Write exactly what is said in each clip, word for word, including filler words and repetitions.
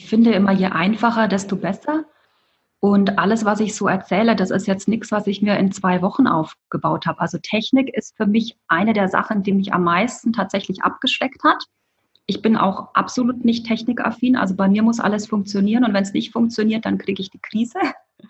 finde immer, je einfacher, desto besser. Und alles, was ich so erzähle, das ist jetzt nichts, was ich mir in zwei Wochen aufgebaut habe. Also Technik ist für mich eine der Sachen, die mich am meisten tatsächlich abgeschreckt hat. Ich bin auch absolut nicht technikaffin. Also bei mir muss alles funktionieren. Und wenn es nicht funktioniert, dann kriege ich die Krise.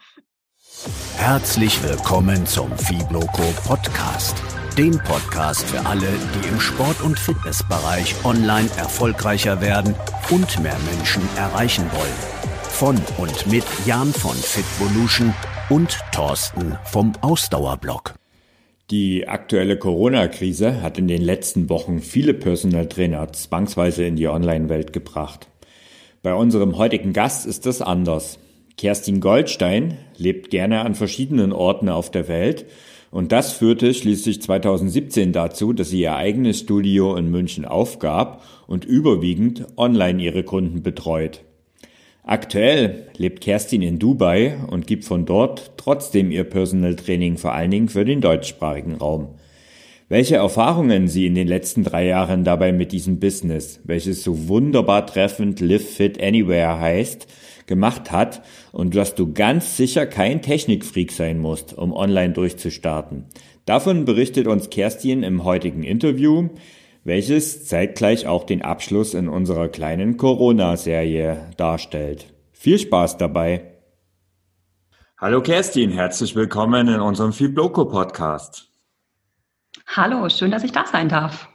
Herzlich willkommen zum Fibloco Podcast. Dem Podcast für alle, die im Sport- und Fitnessbereich online erfolgreicher werden und mehr Menschen erreichen wollen. Von und mit Jan von Fitvolution und Thorsten vom Ausdauerblog. Die aktuelle Corona-Krise hat in den letzten Wochen viele Personal Trainer zwangsweise in die Online-Welt gebracht. Bei unserem heutigen Gast ist das anders. Kerstin Goldstein lebt gerne an verschiedenen Orten auf der Welt und das führte schließlich zweitausendsiebzehn dazu, dass sie ihr eigenes Studio in München aufgab und überwiegend online ihre Kunden betreut. Aktuell lebt Kerstin in Dubai und gibt von dort trotzdem ihr Personal Training vor allen Dingen für den deutschsprachigen Raum. Welche Erfahrungen sie in den letzten drei Jahren dabei mit diesem Business, welches so wunderbar treffend Live Fit Anywhere heißt, gemacht hat und dass du ganz sicher kein Technikfreak sein musst, um online durchzustarten. Davon berichtet uns Kerstin im heutigen Interview, welches zeitgleich auch den Abschluss in unserer kleinen Corona-Serie darstellt. Viel Spaß dabei! Hallo Kerstin, herzlich willkommen in unserem Fibloco-Podcast. Hallo, schön, dass ich da sein darf.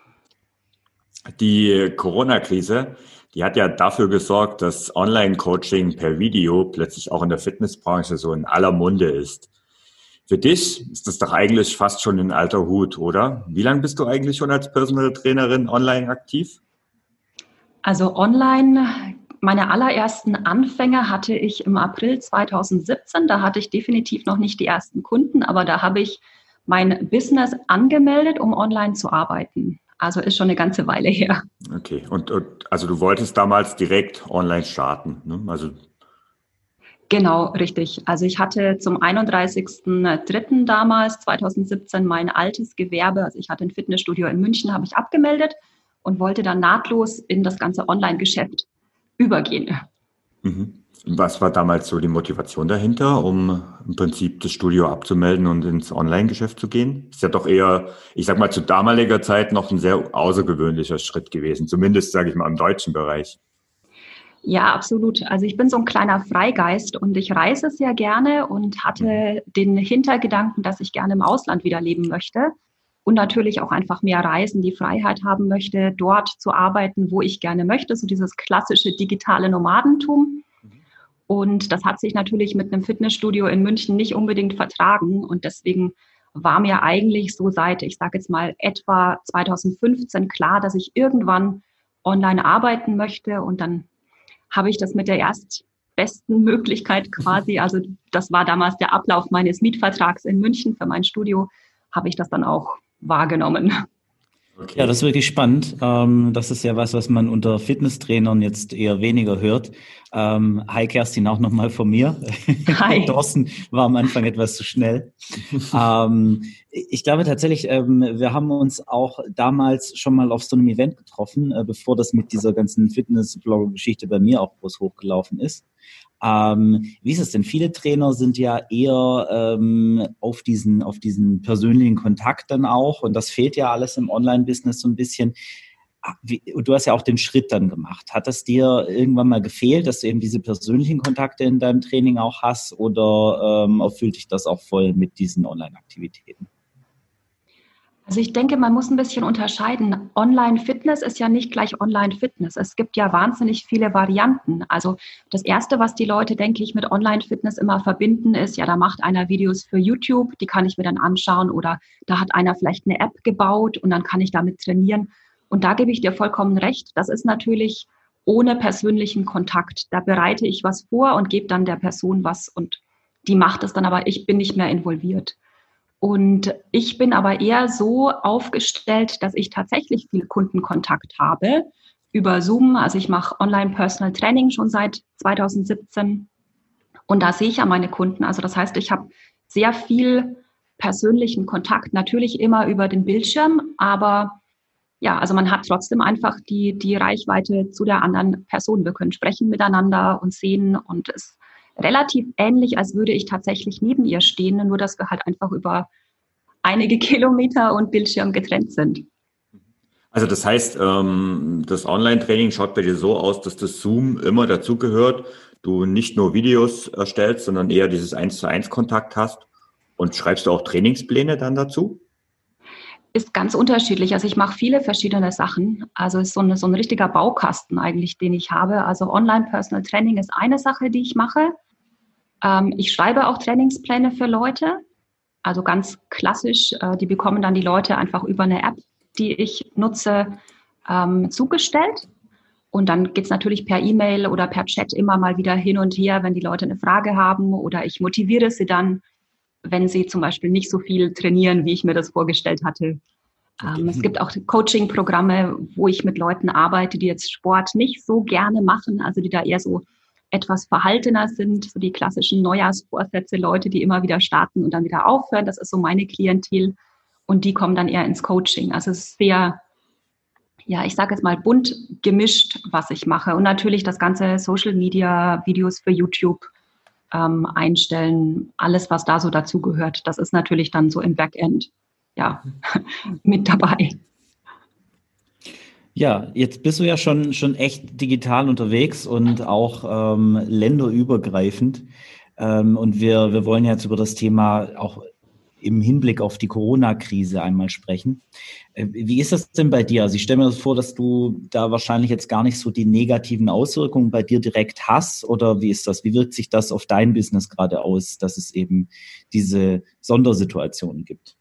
Die Corona-Krise, die hat ja dafür gesorgt, dass Online-Coaching per Video plötzlich auch in der Fitnessbranche so in aller Munde ist. Für dich ist das doch eigentlich fast schon ein alter Hut, oder? Wie lange bist du eigentlich schon als Personal Trainerin online aktiv? Also online, meine allerersten Anfänge hatte ich im April zweitausendsiebzehn. Da hatte ich definitiv noch nicht die ersten Kunden, aber da habe ich mein Business angemeldet, um online zu arbeiten. Also ist schon eine ganze Weile her. Okay, und, und also du wolltest damals direkt online starten, ne? Also Genau, richtig. Also ich hatte zum einunddreißigsten dritten damals, zweitausendsiebzehn, mein altes Gewerbe, also ich hatte ein Fitnessstudio in München, habe ich abgemeldet und wollte dann nahtlos in das ganze Online-Geschäft übergehen. Mhm. Was war damals so die Motivation dahinter, um im Prinzip das Studio abzumelden und ins Online-Geschäft zu gehen? Ist ja doch eher, ich sag mal, zu damaliger Zeit noch ein sehr außergewöhnlicher Schritt gewesen, zumindest, sage ich mal, im deutschen Bereich. Ja, absolut. Also ich bin so ein kleiner Freigeist und ich reise sehr gerne und hatte den Hintergedanken, dass ich gerne im Ausland wieder leben möchte und natürlich auch einfach mehr reisen, die Freiheit haben möchte, dort zu arbeiten, wo ich gerne möchte, so dieses klassische digitale Nomadentum. Und das hat sich natürlich mit einem Fitnessstudio in München nicht unbedingt vertragen und deswegen war mir eigentlich so seit, ich sage jetzt mal, etwa zweitausendfünfzehn klar, dass ich irgendwann online arbeiten möchte und dann habe ich das mit der erstbesten Möglichkeit quasi, also das war damals der Ablauf meines Mietvertrags in München für mein Studio, habe ich das dann auch wahrgenommen. Okay. Ja, das ist wirklich spannend. Das ist ja was, was man unter Fitnesstrainern jetzt eher weniger hört. Hi Kerstin, auch nochmal von mir. Hi. Thorsten war am Anfang etwas zu schnell. Ich glaube tatsächlich, wir haben uns auch damals schon mal auf so einem Event getroffen, bevor das mit dieser ganzen Fitness-Blogger-Geschichte bei mir auch groß hochgelaufen ist. Ähm, wie ist es denn? Viele Trainer sind ja eher ähm, auf diesen auf diesen persönlichen Kontakt dann auch und das fehlt ja alles im Online-Business so ein bisschen. Wie, du hast ja auch den Schritt dann gemacht. Hat das dir irgendwann mal gefehlt, dass du eben diese persönlichen Kontakte in deinem Training auch hast oder ähm, erfüllt dich das auch voll mit diesen Online-Aktivitäten? Also ich denke, man muss ein bisschen unterscheiden. Online-Fitness ist ja nicht gleich Online-Fitness. Es gibt ja wahnsinnig viele Varianten. Also das Erste, was die Leute, denke ich, mit Online-Fitness immer verbinden, ist, ja, da macht einer Videos für YouTube, die kann ich mir dann anschauen oder da hat einer vielleicht eine App gebaut und dann kann ich damit trainieren. Und da gebe ich dir vollkommen recht. Das ist natürlich ohne persönlichen Kontakt. Da bereite ich was vor und gebe dann der Person was und die macht es dann, aber ich bin nicht mehr involviert. Und ich bin aber eher so aufgestellt, dass ich tatsächlich viel Kundenkontakt habe über Zoom. Also ich mache Online-Personal Training schon seit zweitausendsiebzehn und da sehe ich ja meine Kunden. Also das heißt, ich habe sehr viel persönlichen Kontakt, natürlich immer über den Bildschirm, aber ja, also man hat trotzdem einfach die, die Reichweite zu der anderen Person. Wir können sprechen miteinander und sehen und es ist relativ ähnlich, als würde ich tatsächlich neben ihr stehen, nur dass wir halt einfach über einige Kilometer und Bildschirm getrennt sind. Also das heißt, das Online-Training schaut bei dir so aus, dass das Zoom immer dazugehört, du nicht nur Videos erstellst, sondern eher dieses eins zu eins Kontakt hast. Und schreibst du auch Trainingspläne dann dazu? Ist ganz unterschiedlich. Also ich mache viele verschiedene Sachen. Also es ist so, eine, so ein richtiger Baukasten eigentlich, den ich habe. Also Online-Personal Training ist eine Sache, die ich mache. Ähm, ich schreibe auch Trainingspläne für Leute. Also ganz klassisch, äh, die bekommen dann die Leute einfach über eine App, die ich nutze, ähm, zugestellt. Und dann geht es natürlich per E-Mail oder per Chat immer mal wieder hin und her, wenn die Leute eine Frage haben oder ich motiviere sie dann, wenn sie zum Beispiel nicht so viel trainieren, wie ich mir das vorgestellt hatte. Okay. Ähm, es gibt auch Coaching-Programme, wo ich mit Leuten arbeite, die jetzt Sport nicht so gerne machen, also die da eher so etwas verhaltener sind, so die klassischen Neujahrsvorsätze, Leute, die immer wieder starten und dann wieder aufhören. Das ist so meine Klientel und die kommen dann eher ins Coaching. Also es ist sehr, ja, ich sage jetzt mal bunt gemischt, was ich mache. Und natürlich das ganze Social-Media-Videos für YouTube ähm, einstellen, alles, was da so dazugehört. Das ist natürlich dann so im Backend, ja, mit dabei. Ja, jetzt bist du ja schon, schon echt digital unterwegs und auch ähm, länderübergreifend. Ähm, und wir, wir wollen jetzt über das Thema auch im Hinblick auf die Corona-Krise einmal sprechen. Äh, wie ist das denn bei dir? Also ich stelle mir das vor, dass du da wahrscheinlich jetzt gar nicht so die negativen Auswirkungen bei dir direkt hast. Oder wie ist das? Wie wirkt sich das auf dein Business gerade aus, dass es eben diese Sondersituationen gibt?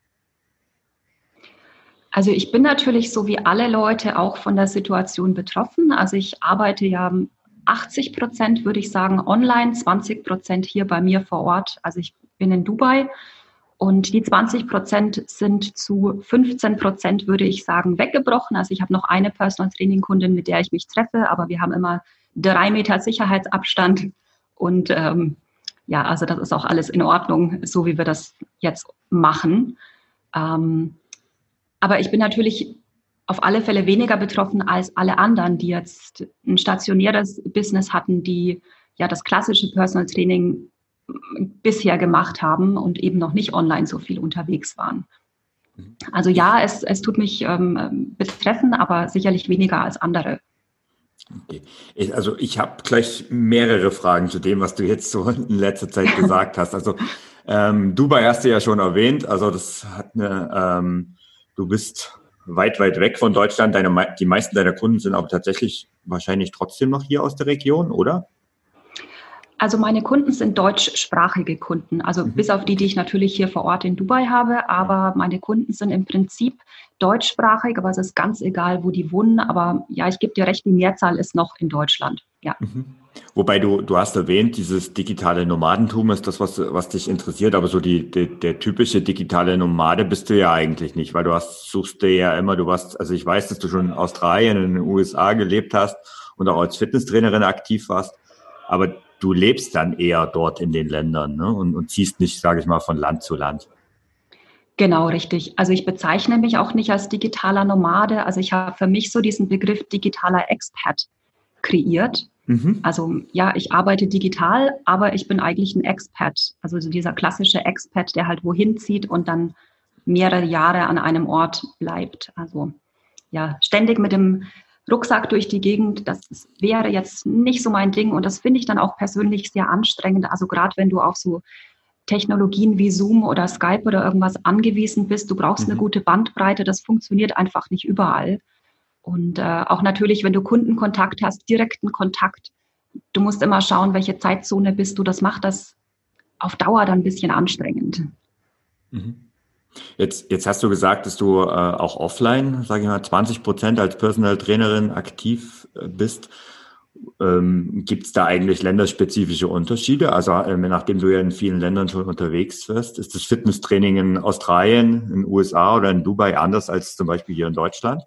Also ich bin natürlich so wie alle Leute auch von der Situation betroffen. Also ich arbeite ja achtzig Prozent, würde ich sagen, online, zwanzig Prozent hier bei mir vor Ort. Also ich bin in Dubai und die zwanzig Prozent sind zu fünfzehn Prozent, würde ich sagen, weggebrochen. Also ich habe noch eine Personal Training Kundin, mit der ich mich treffe, aber wir haben immer drei Meter Sicherheitsabstand und ähm, ja, also das ist auch alles in Ordnung, so wie wir das jetzt machen. Ähm, Aber ich bin natürlich auf alle Fälle weniger betroffen als alle anderen, die jetzt ein stationäres Business hatten, die ja das klassische Personal Training bisher gemacht haben und eben noch nicht online so viel unterwegs waren. Also ja, es, es tut mich ähm, betreffen, aber sicherlich weniger als andere. Okay. Ich, also ich habe gleich mehrere Fragen zu dem, was du jetzt so in letzter Zeit gesagt hast. Also ähm, Dubai hast du ja schon erwähnt, also das hat eine... Ähm, Du bist weit, weit weg von Deutschland. Deine, die meisten deiner Kunden sind aber tatsächlich wahrscheinlich trotzdem noch hier aus der Region, oder? Also meine Kunden sind deutschsprachige Kunden, also mhm. bis auf die, die ich natürlich hier vor Ort in Dubai habe. Aber meine Kunden sind im Prinzip deutschsprachig, aber es ist ganz egal, wo die wohnen. Aber ja, ich gebe dir recht, die Mehrzahl ist noch in Deutschland. Ja. Mhm. Wobei du, du hast erwähnt, dieses digitale Nomadentum ist das, was, was dich interessiert, aber so die, die, der typische digitale Nomade bist du ja eigentlich nicht, weil du hast, suchst dir ja immer, du warst, also ich weiß, dass du schon in Australien, in den U S A gelebt hast und auch als Fitnesstrainerin aktiv warst, aber du lebst dann eher dort in den Ländern, ne? und, und ziehst nicht, sage ich mal, von Land zu Land. Genau, richtig. Also ich bezeichne mich auch nicht als digitaler Nomade, also ich habe für mich so diesen Begriff digitaler Expat kreiert. Mhm. Also ja, ich arbeite digital, aber ich bin eigentlich ein Expat. Also so dieser klassische Expat, der halt wohin zieht und dann mehrere Jahre an einem Ort bleibt. Also ja, ständig mit dem Rucksack durch die Gegend, das wäre jetzt nicht so mein Ding und das finde ich dann auch persönlich sehr anstrengend. Also gerade wenn du auf so Technologien wie Zoom oder Skype oder irgendwas angewiesen bist, du brauchst mhm. eine gute Bandbreite, das funktioniert einfach nicht überall. Und äh, auch natürlich, wenn du Kundenkontakt hast, direkten Kontakt, du musst immer schauen, welche Zeitzone bist du. Das macht das auf Dauer dann ein bisschen anstrengend. Jetzt, jetzt hast du gesagt, dass du äh, auch offline, sage ich mal, zwanzig Prozent als Personal Trainerin aktiv äh, bist. Ähm, gibt es da eigentlich länderspezifische Unterschiede? Also äh, nachdem du ja in vielen Ländern schon unterwegs wirst, ist das Fitnesstraining in Australien, in den U S A oder in Dubai anders als zum Beispiel hier in Deutschland?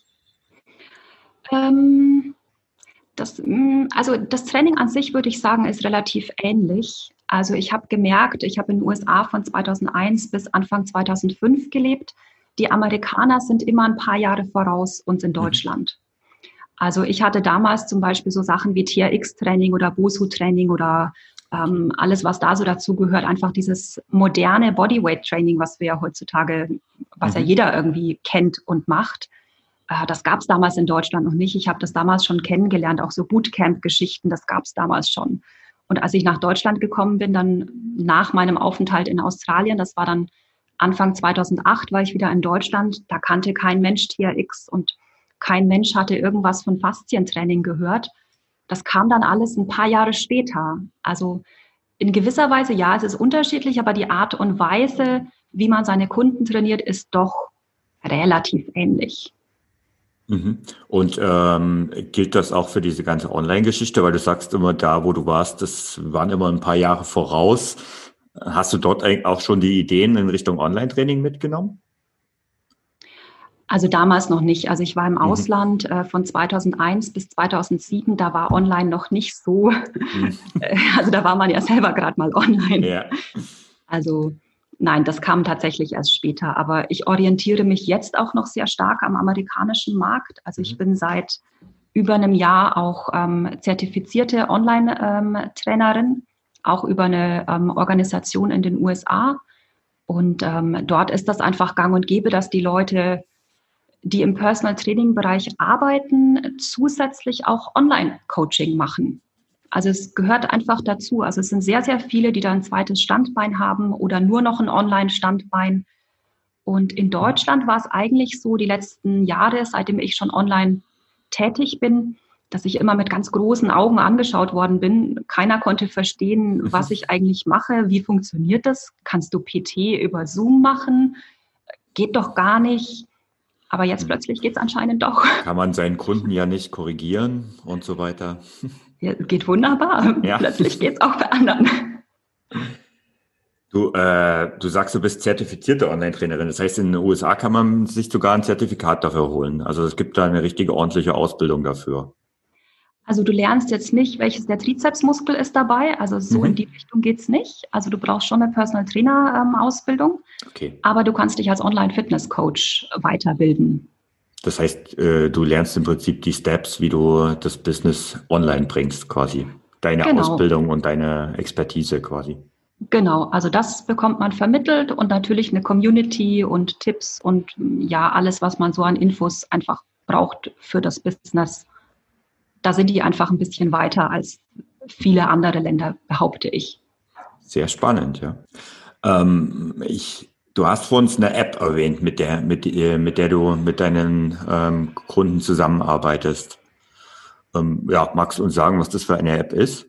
Das, also das Training an sich, würde ich sagen, ist relativ ähnlich. Also ich habe gemerkt, ich habe in den U S A von zweitausendeins bis Anfang zweitausendfünf gelebt. die Amerikaner sind immer ein paar Jahre voraus uns in Deutschland. Mhm. Also ich hatte damals zum Beispiel so Sachen wie T R X-Training oder BOSU-Training oder ähm, alles, was da so dazu gehört, einfach dieses moderne Bodyweight-Training, was wir ja heutzutage, was mhm. ja jeder irgendwie kennt und macht. Äh, das gab es damals in Deutschland noch nicht. Ich habe das damals schon kennengelernt, auch so Bootcamp-Geschichten, das gab es damals schon. Und als ich nach Deutschland gekommen bin, dann nach meinem Aufenthalt in Australien, das war dann Anfang zweitausendacht, war ich wieder in Deutschland, da kannte kein Mensch T R X und kein Mensch hatte irgendwas von Faszientraining gehört. Das kam dann alles ein paar Jahre später. Also in gewisser Weise, ja, es ist unterschiedlich, aber die Art und Weise, wie man seine Kunden trainiert, ist doch relativ ähnlich. Mhm. Und ähm, gilt das auch für diese ganze Online-Geschichte? Weil du sagst immer, da wo du warst, das waren immer ein paar Jahre voraus. Hast du dort auch schon die Ideen in Richtung Online-Training mitgenommen? Also damals noch nicht. Also ich war im mhm. Ausland äh, von zweitausendeins bis zweitausendsieben, da war online noch nicht so. Mhm. Also da war man ja selber gerade mal online. Ja. Also nein, das kam tatsächlich erst später. Aber ich orientiere mich jetzt auch noch sehr stark am amerikanischen Markt. Also ich mhm. bin seit über einem Jahr auch ähm, zertifizierte Online-Trainerin, ähm, auch über eine ähm, Organisation in den U S A. Und ähm, dort ist das einfach gang und gäbe, dass die Leute, die im Personal Training Bereich arbeiten, zusätzlich auch Online-Coaching machen. Also es gehört einfach dazu. Also es sind sehr, sehr viele, die da ein zweites Standbein haben oder nur noch ein Online-Standbein. Und in Deutschland war es eigentlich so die letzten Jahre, seitdem ich schon online tätig bin, dass ich immer mit ganz großen Augen angeschaut worden bin. Keiner konnte verstehen, was ich eigentlich mache. Wie funktioniert das? Kannst du P T über Zoom machen? Geht doch gar nicht. Aber jetzt plötzlich geht es anscheinend doch. Kann man seinen Kunden ja nicht korrigieren und so weiter. Ja, geht wunderbar. Ja. Plötzlich geht es auch bei anderen. Du, äh, du sagst, du bist zertifizierte Online-Trainerin. Das heißt, in den U S A kann man sich sogar ein Zertifikat dafür holen. Also es gibt da eine richtige, ordentliche Ausbildung dafür. Also du lernst jetzt nicht, welches der Trizepsmuskel ist dabei. Also so mhm. in die Richtung geht's nicht. Also du brauchst schon eine Personal Trainer ähm, Ausbildung. Okay. Aber du kannst dich als Online-Fitness-Coach weiterbilden. Das heißt, äh, du lernst im Prinzip die Steps, wie du das Business online bringst quasi. Deine genau. Ausbildung und deine Expertise quasi. Genau, also das bekommt man vermittelt und natürlich eine Community und Tipps und ja, alles, was man so an Infos einfach braucht für das Business. Da sind die einfach ein bisschen weiter als viele andere Länder, behaupte ich. Sehr spannend, ja. Ähm, ich, du hast vor uns eine App erwähnt, mit der, mit, mit der du mit deinen ähm, Kunden zusammenarbeitest. Ähm, ja, magst du uns sagen, was das für eine App ist?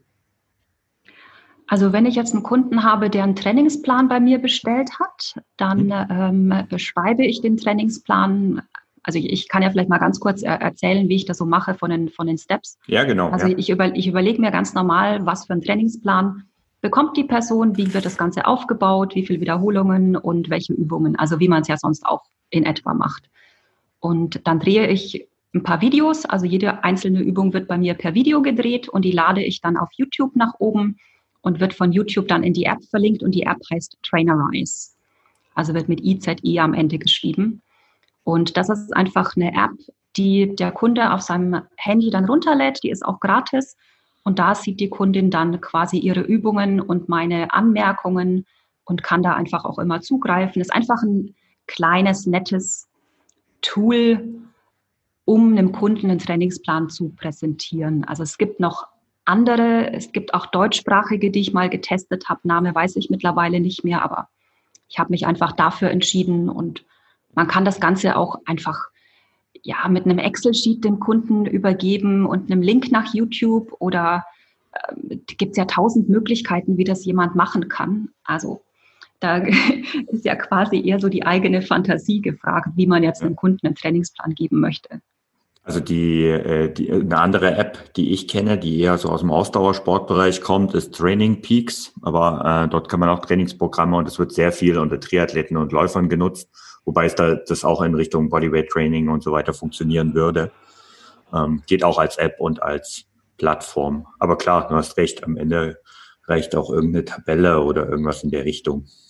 Also wenn ich jetzt einen Kunden habe, der einen Trainingsplan bei mir bestellt hat, dann mhm. ähm, beschreibe ich den Trainingsplan. Also ich, ich kann ja vielleicht mal ganz kurz er, erzählen, wie ich das so mache von den, von den Steps. Ja, genau. Also ja. ich, über, ich überlege mir ganz normal, was für einen Trainingsplan bekommt die Person, wie wird das Ganze aufgebaut, wie viele Wiederholungen und welche Übungen, also wie man es ja sonst auch in etwa macht. Und dann drehe ich ein paar Videos, also jede einzelne Übung wird bei mir per Video gedreht und die lade ich dann auf YouTube nach oben und wird von YouTube dann in die App verlinkt und die App heißt Trainerize. Also wird mit I Z I am Ende geschrieben. Und das ist einfach eine App, die der Kunde auf seinem Handy dann runterlädt. Die ist auch gratis. Und da sieht die Kundin dann quasi ihre Übungen und meine Anmerkungen und kann da einfach auch immer zugreifen. Ist einfach ein kleines, nettes Tool, um einem Kunden einen Trainingsplan zu präsentieren. Also es gibt noch andere, es gibt auch deutschsprachige, die ich mal getestet habe. Name weiß ich mittlerweile nicht mehr, aber ich habe mich einfach dafür entschieden und man kann das Ganze auch einfach ja, mit einem Excel-Sheet dem Kunden übergeben und einem Link nach YouTube oder äh, gibt es ja tausend Möglichkeiten, wie das jemand machen kann. Also da ist ja quasi eher so die eigene Fantasie gefragt, wie man jetzt einem Kunden einen Trainingsplan geben möchte. Also die, die eine andere App, die ich kenne, die eher so aus dem Ausdauersportbereich kommt, ist Training Peaks. Aber äh, dort kann man auch Trainingsprogramme und es wird sehr viel unter Triathleten und Läufern genutzt, wobei es da das auch in Richtung Bodyweight Training und so weiter funktionieren würde. Ähm, geht auch als App und als Plattform. Aber klar, du hast recht, am Ende reicht auch irgendeine Tabelle oder irgendwas in der Richtung.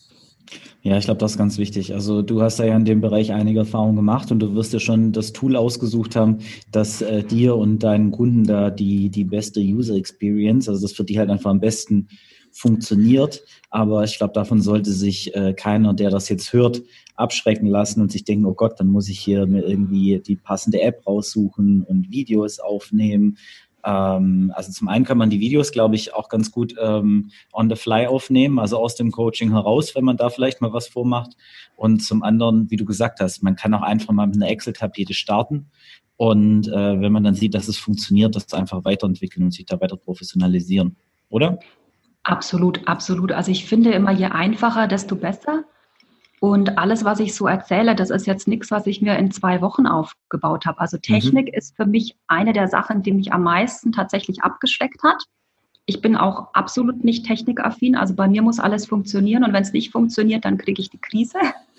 Ja, ich glaube, das ist ganz wichtig. Also du hast ja in dem Bereich einige Erfahrungen gemacht und du wirst ja schon das Tool ausgesucht haben, das äh, dir und deinen Kunden da die, die beste User Experience, also das für die halt einfach am besten funktioniert. Aber ich glaube, davon sollte sich äh, keiner, der das jetzt hört, abschrecken lassen und sich denken, oh Gott, dann muss ich hier mir irgendwie die passende App raussuchen und Videos aufnehmen. Ähm, also zum einen kann man die Videos, glaube ich, auch ganz gut ähm, on the fly aufnehmen, also aus dem Coaching heraus, wenn man da vielleicht mal was vormacht. Und zum anderen, wie du gesagt hast, man kann auch einfach mal mit einer Excel-Tapete starten und äh, wenn man dann sieht, dass es funktioniert, das einfach weiterentwickeln und sich da weiter professionalisieren, oder? Absolut, absolut. Also ich finde immer, je einfacher, desto besser. Und alles, was ich so erzähle, das ist jetzt nichts, was ich mir in zwei Wochen aufgebaut habe. Also Technik mhm. ist für mich eine der Sachen, die mich am meisten tatsächlich abgeschreckt hat. Ich bin auch absolut nicht technikaffin. Also bei mir muss alles funktionieren. Und wenn es nicht funktioniert, dann kriege ich die Krise.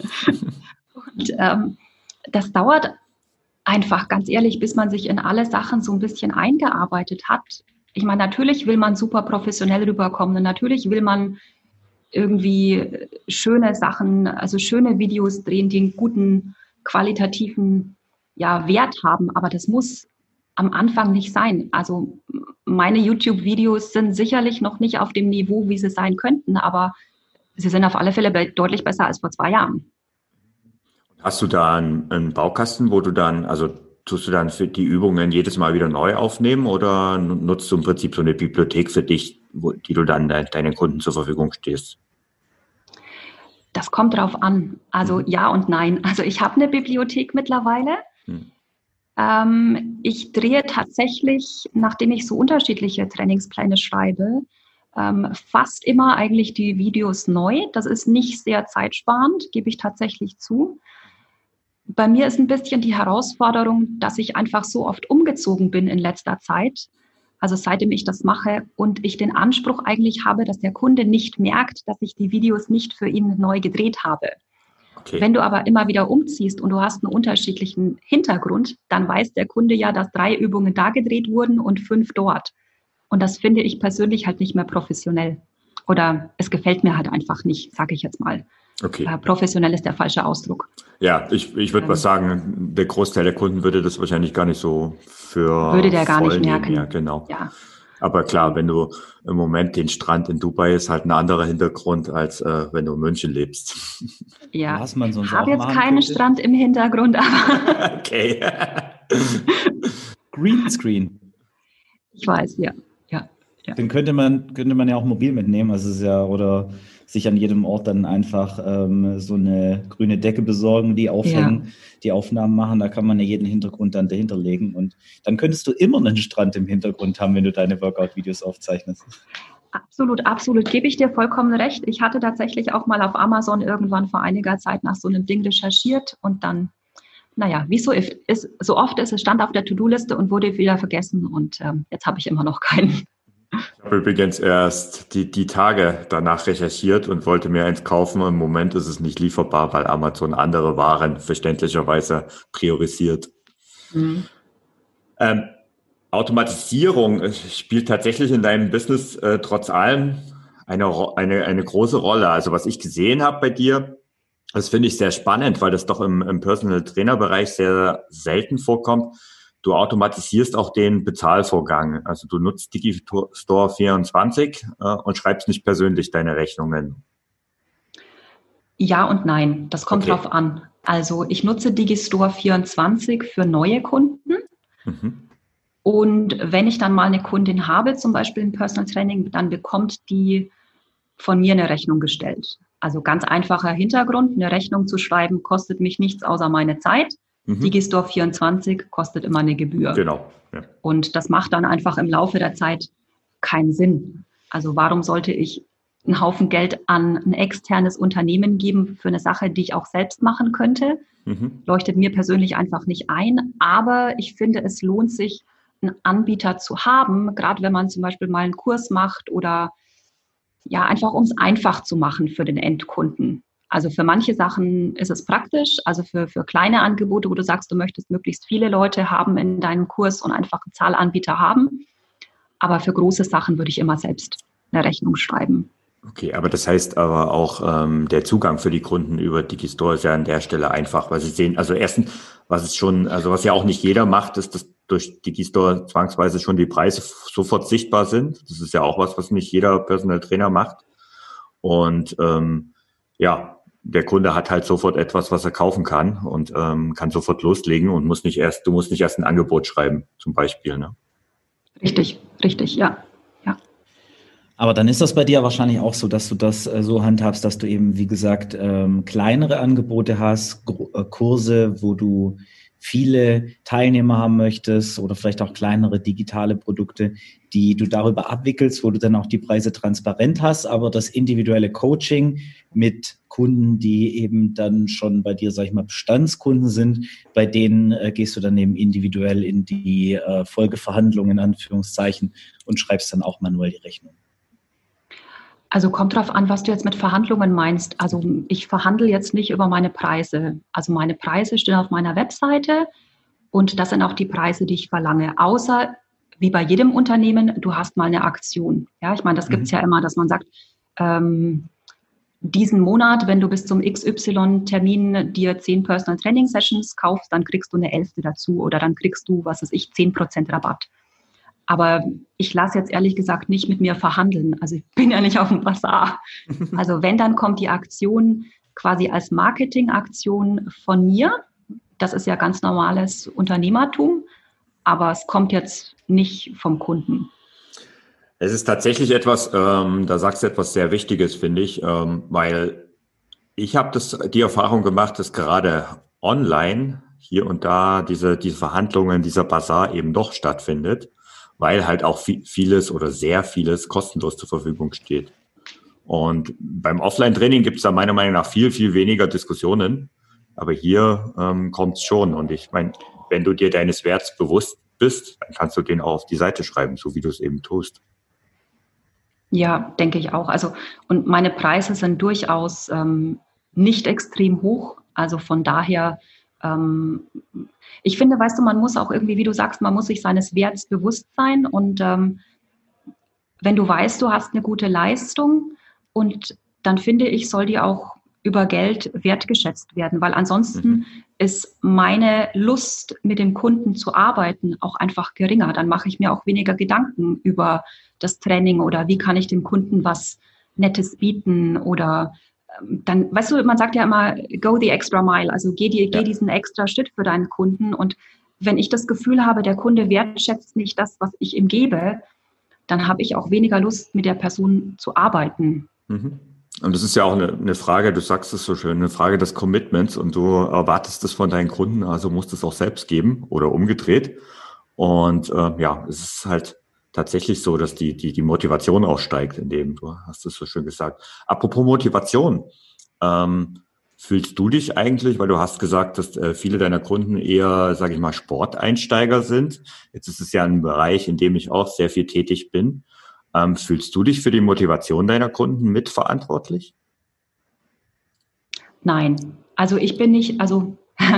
Und ähm, das dauert einfach, ganz ehrlich, bis man sich in alle Sachen so ein bisschen eingearbeitet hat. Ich meine, natürlich will man super professionell rüberkommen. Und natürlich will man irgendwie schöne Sachen, also schöne Videos drehen, die einen guten qualitativen ja, Wert haben. Aber das muss am Anfang nicht sein. Also meine YouTube-Videos sind sicherlich noch nicht auf dem Niveau, wie sie sein könnten, aber sie sind auf alle Fälle be- deutlich besser als vor zwei Jahren. Hast du da einen, einen Baukasten, wo du dann, also tust du dann für die Übungen jedes Mal wieder neu aufnehmen oder nutzt du im Prinzip so eine Bibliothek für dich, wo, die du dann de- deinen Kunden zur Verfügung stehst? Das kommt drauf an. Also mhm. ja und nein. Also ich habe eine Bibliothek mittlerweile. Mhm. Ähm, ich drehe tatsächlich, nachdem ich so unterschiedliche Trainingspläne schreibe, ähm, fast immer eigentlich die Videos neu. Das ist nicht sehr zeitsparend, gebe ich tatsächlich zu. Bei mir ist ein bisschen die Herausforderung, dass ich einfach so oft umgezogen bin in letzter Zeit, also seitdem ich das mache und ich den Anspruch eigentlich habe, dass der Kunde nicht merkt, dass ich die Videos nicht für ihn neu gedreht habe. Okay. Wenn du aber immer wieder umziehst und du hast einen unterschiedlichen Hintergrund, dann weiß der Kunde ja, dass drei Übungen da gedreht wurden und fünf dort. Und das finde ich persönlich halt nicht mehr professionell. Oder es gefällt mir halt einfach nicht, sage ich jetzt mal. Okay. Äh, professionell ist der falsche Ausdruck. Ja, ich, ich würde ähm, mal sagen, der Großteil der Kunden würde das wahrscheinlich gar nicht so für würde der gar nicht merken. Ja, genau. Ja. Aber klar, wenn du im Moment den Strand in Dubai ist halt ein anderer Hintergrund, als äh, wenn du in München lebst. Ja, ich habe jetzt keinen könnte. Strand im Hintergrund, aber okay. Greenscreen. Ich weiß, ja. ja. ja. Den könnte man, könnte man ja auch mobil mitnehmen, also es ist ja, oder sich an jedem Ort dann einfach ähm, so eine grüne Decke besorgen, die aufhängen, ja. die Aufnahmen machen, da kann man ja jeden Hintergrund dann dahinter legen und dann könntest du immer einen Strand im Hintergrund haben, wenn du deine Workout-Videos aufzeichnest. Absolut, absolut, gebe ich dir vollkommen recht. Ich hatte tatsächlich auch mal auf Amazon irgendwann vor einiger Zeit nach so einem Ding recherchiert und dann, naja, wie so ist, so oft ist es, stand auf der To-Do-Liste und wurde wieder vergessen und ähm, jetzt habe ich immer noch keinen. Ich habe übrigens erst die, die Tage danach recherchiert und wollte mir eins kaufen. Im Moment ist es nicht lieferbar, weil Amazon andere Waren verständlicherweise priorisiert. Mhm. Ähm, Automatisierung spielt tatsächlich in deinem Business äh, trotz allem eine, eine, eine große Rolle. Also was ich gesehen habe bei dir, das finde ich sehr spannend, weil das doch im, im Personal Trainer Bereich sehr selten vorkommt. Du automatisierst auch den Bezahlvorgang. Also du nutzt Digistore vierundzwanzig äh, und schreibst nicht persönlich deine Rechnungen. Ja und nein, das kommt okay. drauf an. Also ich nutze Digistore vierundzwanzig für neue Kunden. Mhm. Und wenn ich dann mal eine Kundin habe, zum Beispiel im Personal Training, dann bekommt die von mir eine Rechnung gestellt. Also ganz einfacher Hintergrund, eine Rechnung zu schreiben, kostet mich nichts außer meine Zeit. Mhm. Digistore vierundzwanzig kostet immer eine Gebühr. Genau. Ja. Und das macht dann einfach im Laufe der Zeit keinen Sinn. Also warum sollte ich einen Haufen Geld an ein externes Unternehmen geben für eine Sache, die ich auch selbst machen könnte? Mhm. Leuchtet mir persönlich einfach nicht ein. Aber ich finde, es lohnt sich, einen Anbieter zu haben, gerade wenn man zum Beispiel mal einen Kurs macht oder ja, einfach um es einfach zu machen für den Endkunden. Also für manche Sachen ist es praktisch, also für, für kleine Angebote, wo du sagst, du möchtest möglichst viele Leute haben in deinem Kurs und einfach einen Zahlanbieter haben. Aber für große Sachen würde ich immer selbst eine Rechnung schreiben. Okay, aber das heißt aber auch, ähm, der Zugang für die Kunden über Digistore ist ja an der Stelle einfach, weil sie sehen, also erstens, was es schon, also was ja auch nicht jeder macht, ist, dass durch Digistore zwangsweise schon die Preise f- sofort sichtbar sind. Das ist ja auch was, was nicht jeder Personal Trainer macht. Und ähm, ja, der Kunde hat halt sofort etwas, was er kaufen kann und ähm, kann sofort loslegen und muss nicht erst, du musst nicht erst ein Angebot schreiben, zum Beispiel, ne? Richtig, richtig, ja. ja. Aber dann ist das bei dir wahrscheinlich auch so, dass du das äh, so handhabst, dass du eben, wie gesagt, ähm, kleinere Angebote hast, Gro- äh, Kurse, wo du viele Teilnehmer haben möchtest oder vielleicht auch kleinere digitale Produkte, die du darüber abwickelst, wo du dann auch die Preise transparent hast, aber das individuelle Coaching mit Kunden, die eben dann schon bei dir, sag ich mal, Bestandskunden sind, bei denen äh, gehst du dann eben individuell in die äh, Folgeverhandlungen, in Anführungszeichen, und schreibst dann auch manuell die Rechnung. Also kommt drauf an, was du jetzt mit Verhandlungen meinst. Also ich verhandle jetzt nicht über meine Preise. Also meine Preise stehen auf meiner Webseite und das sind auch die Preise, die ich verlange. Außer, wie bei jedem Unternehmen, du hast mal eine Aktion. Ja, ich meine, das gibt es ja immer, dass man sagt, ähm, diesen Monat, wenn du bis zum X Y-Termin dir zehn Personal Training Sessions kaufst, dann kriegst du eine Elfte dazu oder dann kriegst du, was weiß ich, zehn Prozent Rabatt. Aber ich lasse jetzt ehrlich gesagt nicht mit mir verhandeln. Also ich bin ja nicht auf dem Bazar. Also wenn, dann kommt die Aktion quasi als Marketingaktion von mir. Das ist ja ganz normales Unternehmertum, aber es kommt jetzt nicht vom Kunden. Es ist tatsächlich etwas, ähm, da sagst du etwas sehr Wichtiges, finde ich, ähm, weil ich habe das die Erfahrung gemacht, dass gerade online hier und da diese, diese Verhandlungen, dieser Bazar eben doch stattfindet, weil halt auch vieles oder sehr vieles kostenlos zur Verfügung steht. Und beim Offline-Training gibt es da meiner Meinung nach viel, viel weniger Diskussionen. Aber hier ähm, kommt es schon. Und ich meine, wenn du dir deines Werts bewusst bist, dann kannst du den auch auf die Seite schreiben, so wie du es eben tust. Ja, denke ich auch. Also, und meine Preise sind durchaus ähm, nicht extrem hoch. Also von daher, ähm, ich finde, weißt du, man muss auch irgendwie, wie du sagst, man muss sich seines Werts bewusst sein. Und ähm, wenn du weißt, du hast eine gute Leistung, und dann finde ich, soll die auch über Geld wertgeschätzt werden, weil ansonsten mhm. ist meine Lust, mit dem Kunden zu arbeiten, auch einfach geringer. Dann mache ich mir auch weniger Gedanken über das Training oder wie kann ich dem Kunden was Nettes bieten oder ähm, dann, weißt du, man sagt ja immer, go the extra mile, also geh, die, ja. geh diesen extra Schritt für deinen Kunden. Und wenn ich das Gefühl habe, der Kunde wertschätzt nicht das, was ich ihm gebe, dann habe ich auch weniger Lust, mit der Person zu arbeiten. Mhm. Und das ist ja auch eine, eine Frage, du sagst es so schön, eine Frage des Commitments und du erwartest es von deinen Kunden, also musst es auch selbst geben oder umgedreht. Und äh, ja, es ist halt tatsächlich so, dass die, die, die Motivation auch steigt, in dem, du hast es so schön gesagt. Apropos Motivation, ähm, fühlst du dich eigentlich, weil du hast gesagt, dass äh, viele deiner Kunden eher, sage ich mal, Sporteinsteiger sind. Jetzt ist es ja ein Bereich, in dem ich auch sehr viel tätig bin. Ähm, fühlst du dich für die Motivation deiner Kunden mitverantwortlich? Nein, also ich bin nicht, also,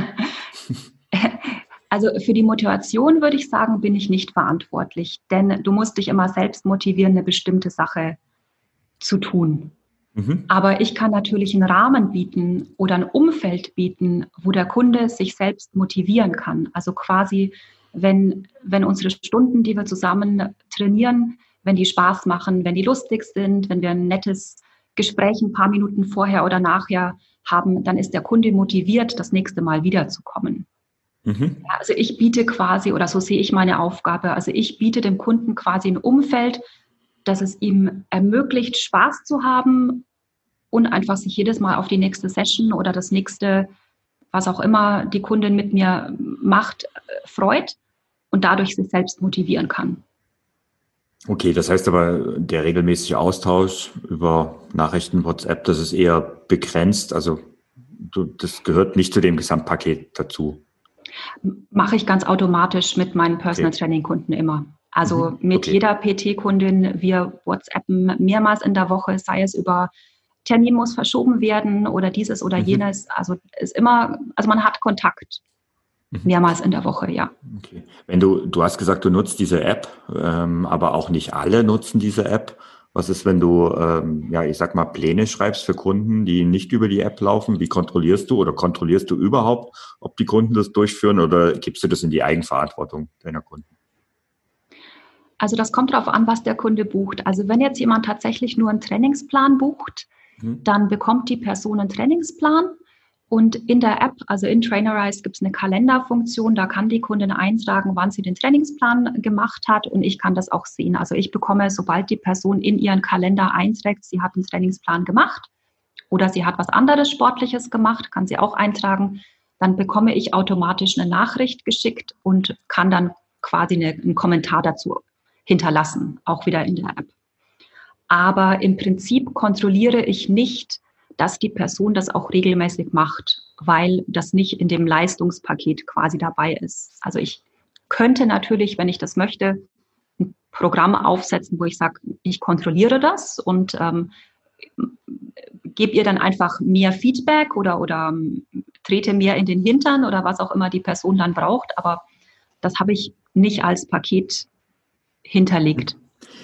also für die Motivation würde ich sagen, bin ich nicht verantwortlich, denn du musst dich immer selbst motivieren, eine bestimmte Sache zu tun. Mhm. Aber ich kann natürlich einen Rahmen bieten oder ein Umfeld bieten, wo der Kunde sich selbst motivieren kann. Also quasi, wenn, wenn unsere Stunden, die wir zusammen trainieren, wenn die Spaß machen, wenn die lustig sind, wenn wir ein nettes Gespräch ein paar Minuten vorher oder nachher haben, dann ist der Kunde motiviert, das nächste Mal wiederzukommen. Mhm. Ja, also ich biete quasi, oder so sehe ich meine Aufgabe, also ich biete dem Kunden quasi ein Umfeld, dass es ihm ermöglicht, Spaß zu haben und einfach sich jedes Mal auf die nächste Session oder das nächste, was auch immer die Kundin mit mir macht, freut und dadurch sich selbst motivieren kann. Okay, das heißt aber, der regelmäßige Austausch über Nachrichten, WhatsApp, das ist eher begrenzt, also du, das gehört nicht zu dem Gesamtpaket dazu. Mache ich ganz automatisch mit meinen Personal okay. Training Kunden immer. Also mhm. mit okay. jeder P T-Kundin, wir WhatsAppen mehrmals in der Woche, sei es über Termin muss verschoben werden oder dieses oder mhm. jenes. Also ist immer, also man hat Kontakt. Mehrmals in der Woche, ja. Okay. Wenn du, du hast gesagt, du nutzt diese App, ähm, aber auch nicht alle nutzen diese App. Was ist, wenn du, ähm, ja, ich sag mal, Pläne schreibst für Kunden, die nicht über die App laufen? Wie kontrollierst du oder kontrollierst du überhaupt, ob die Kunden das durchführen oder gibst du das in die Eigenverantwortung deiner Kunden? Also das kommt darauf an, was der Kunde bucht. Also wenn jetzt jemand tatsächlich nur einen Trainingsplan bucht, mhm. dann bekommt die Person einen Trainingsplan. Und in der App, also in Trainerize, gibt es eine Kalenderfunktion, da kann die Kundin eintragen, wann sie den Trainingsplan gemacht hat und ich kann das auch sehen. Also ich bekomme, sobald die Person in ihren Kalender einträgt, sie hat einen Trainingsplan gemacht oder sie hat was anderes Sportliches gemacht, kann sie auch eintragen, dann bekomme ich automatisch eine Nachricht geschickt und kann dann quasi eine, einen Kommentar dazu hinterlassen, auch wieder in der App. Aber im Prinzip kontrolliere ich nicht, dass die Person das auch regelmäßig macht, weil das nicht in dem Leistungspaket quasi dabei ist. Also ich könnte natürlich, wenn ich das möchte, ein Programm aufsetzen, wo ich sage, ich kontrolliere das und ähm, gebe ihr dann einfach mehr Feedback oder, oder ähm, trete mehr in den Hintern oder was auch immer die Person dann braucht. Aber das habe ich nicht als Paket hinterlegt.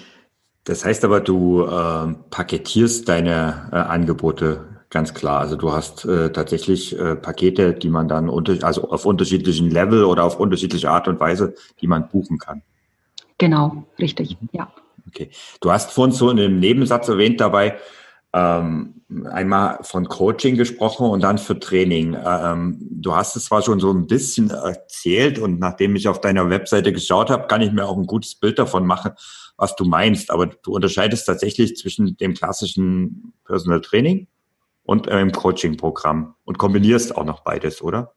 Das heißt aber, du äh, paketierst deine äh, Angebote ganz klar. Also du hast äh, tatsächlich äh, Pakete, die man dann unter, also auf unterschiedlichen Level oder auf unterschiedliche Art und Weise, die man buchen kann. Genau, richtig, ja. Okay. Du hast vorhin so in einem Nebensatz erwähnt dabei, ähm, einmal von Coaching gesprochen und dann für Training. Ähm, du hast es zwar schon so ein bisschen erzählt und nachdem ich auf deiner Webseite geschaut habe, kann ich mir auch ein gutes Bild davon machen, was du meinst. Aber du unterscheidest tatsächlich zwischen dem klassischen Personal Training und einem Coaching-Programm und kombinierst auch noch beides, oder?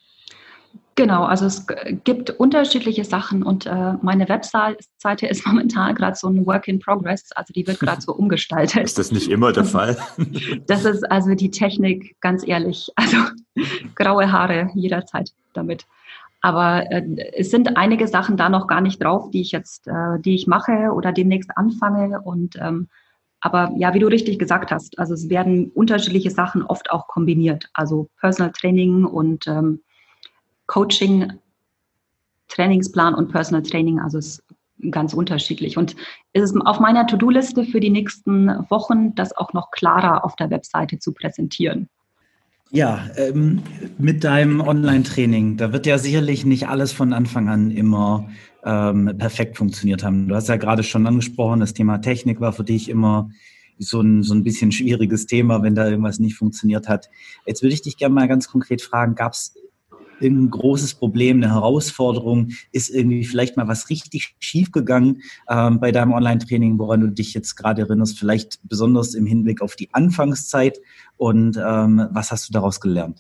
Genau, also es gibt unterschiedliche Sachen und äh, meine Webseite ist momentan gerade so ein Work in Progress, also die wird gerade so umgestaltet. Ist das nicht immer der Fall? Das ist also die Technik, ganz ehrlich, also graue Haare jederzeit damit. Aber äh, es sind einige Sachen da noch gar nicht drauf, die ich jetzt, äh, die ich mache oder demnächst anfange und ähm, aber ja, wie du richtig gesagt hast, also es werden unterschiedliche Sachen oft auch kombiniert, also Personal Training und ähm, Coaching, Trainingsplan und Personal Training, also es ist ganz unterschiedlich. Und es ist auf meiner To-Do-Liste für die nächsten Wochen, das auch noch klarer auf der Webseite zu präsentieren. Ja, ähm, mit deinem Online-Training, da wird ja sicherlich nicht alles von Anfang an immer ähm, perfekt funktioniert haben. Du hast ja gerade schon angesprochen, das Thema Technik war für dich immer so ein, so ein bisschen schwieriges Thema, wenn da irgendwas nicht funktioniert hat. Jetzt würde ich dich gerne mal ganz konkret fragen, gab es irgendein großes Problem, eine Herausforderung, ist irgendwie vielleicht mal was richtig schief gegangen ähm, bei deinem Online-Training, woran du dich jetzt gerade erinnerst, vielleicht besonders im Hinblick auf die Anfangszeit und ähm, was hast du daraus gelernt?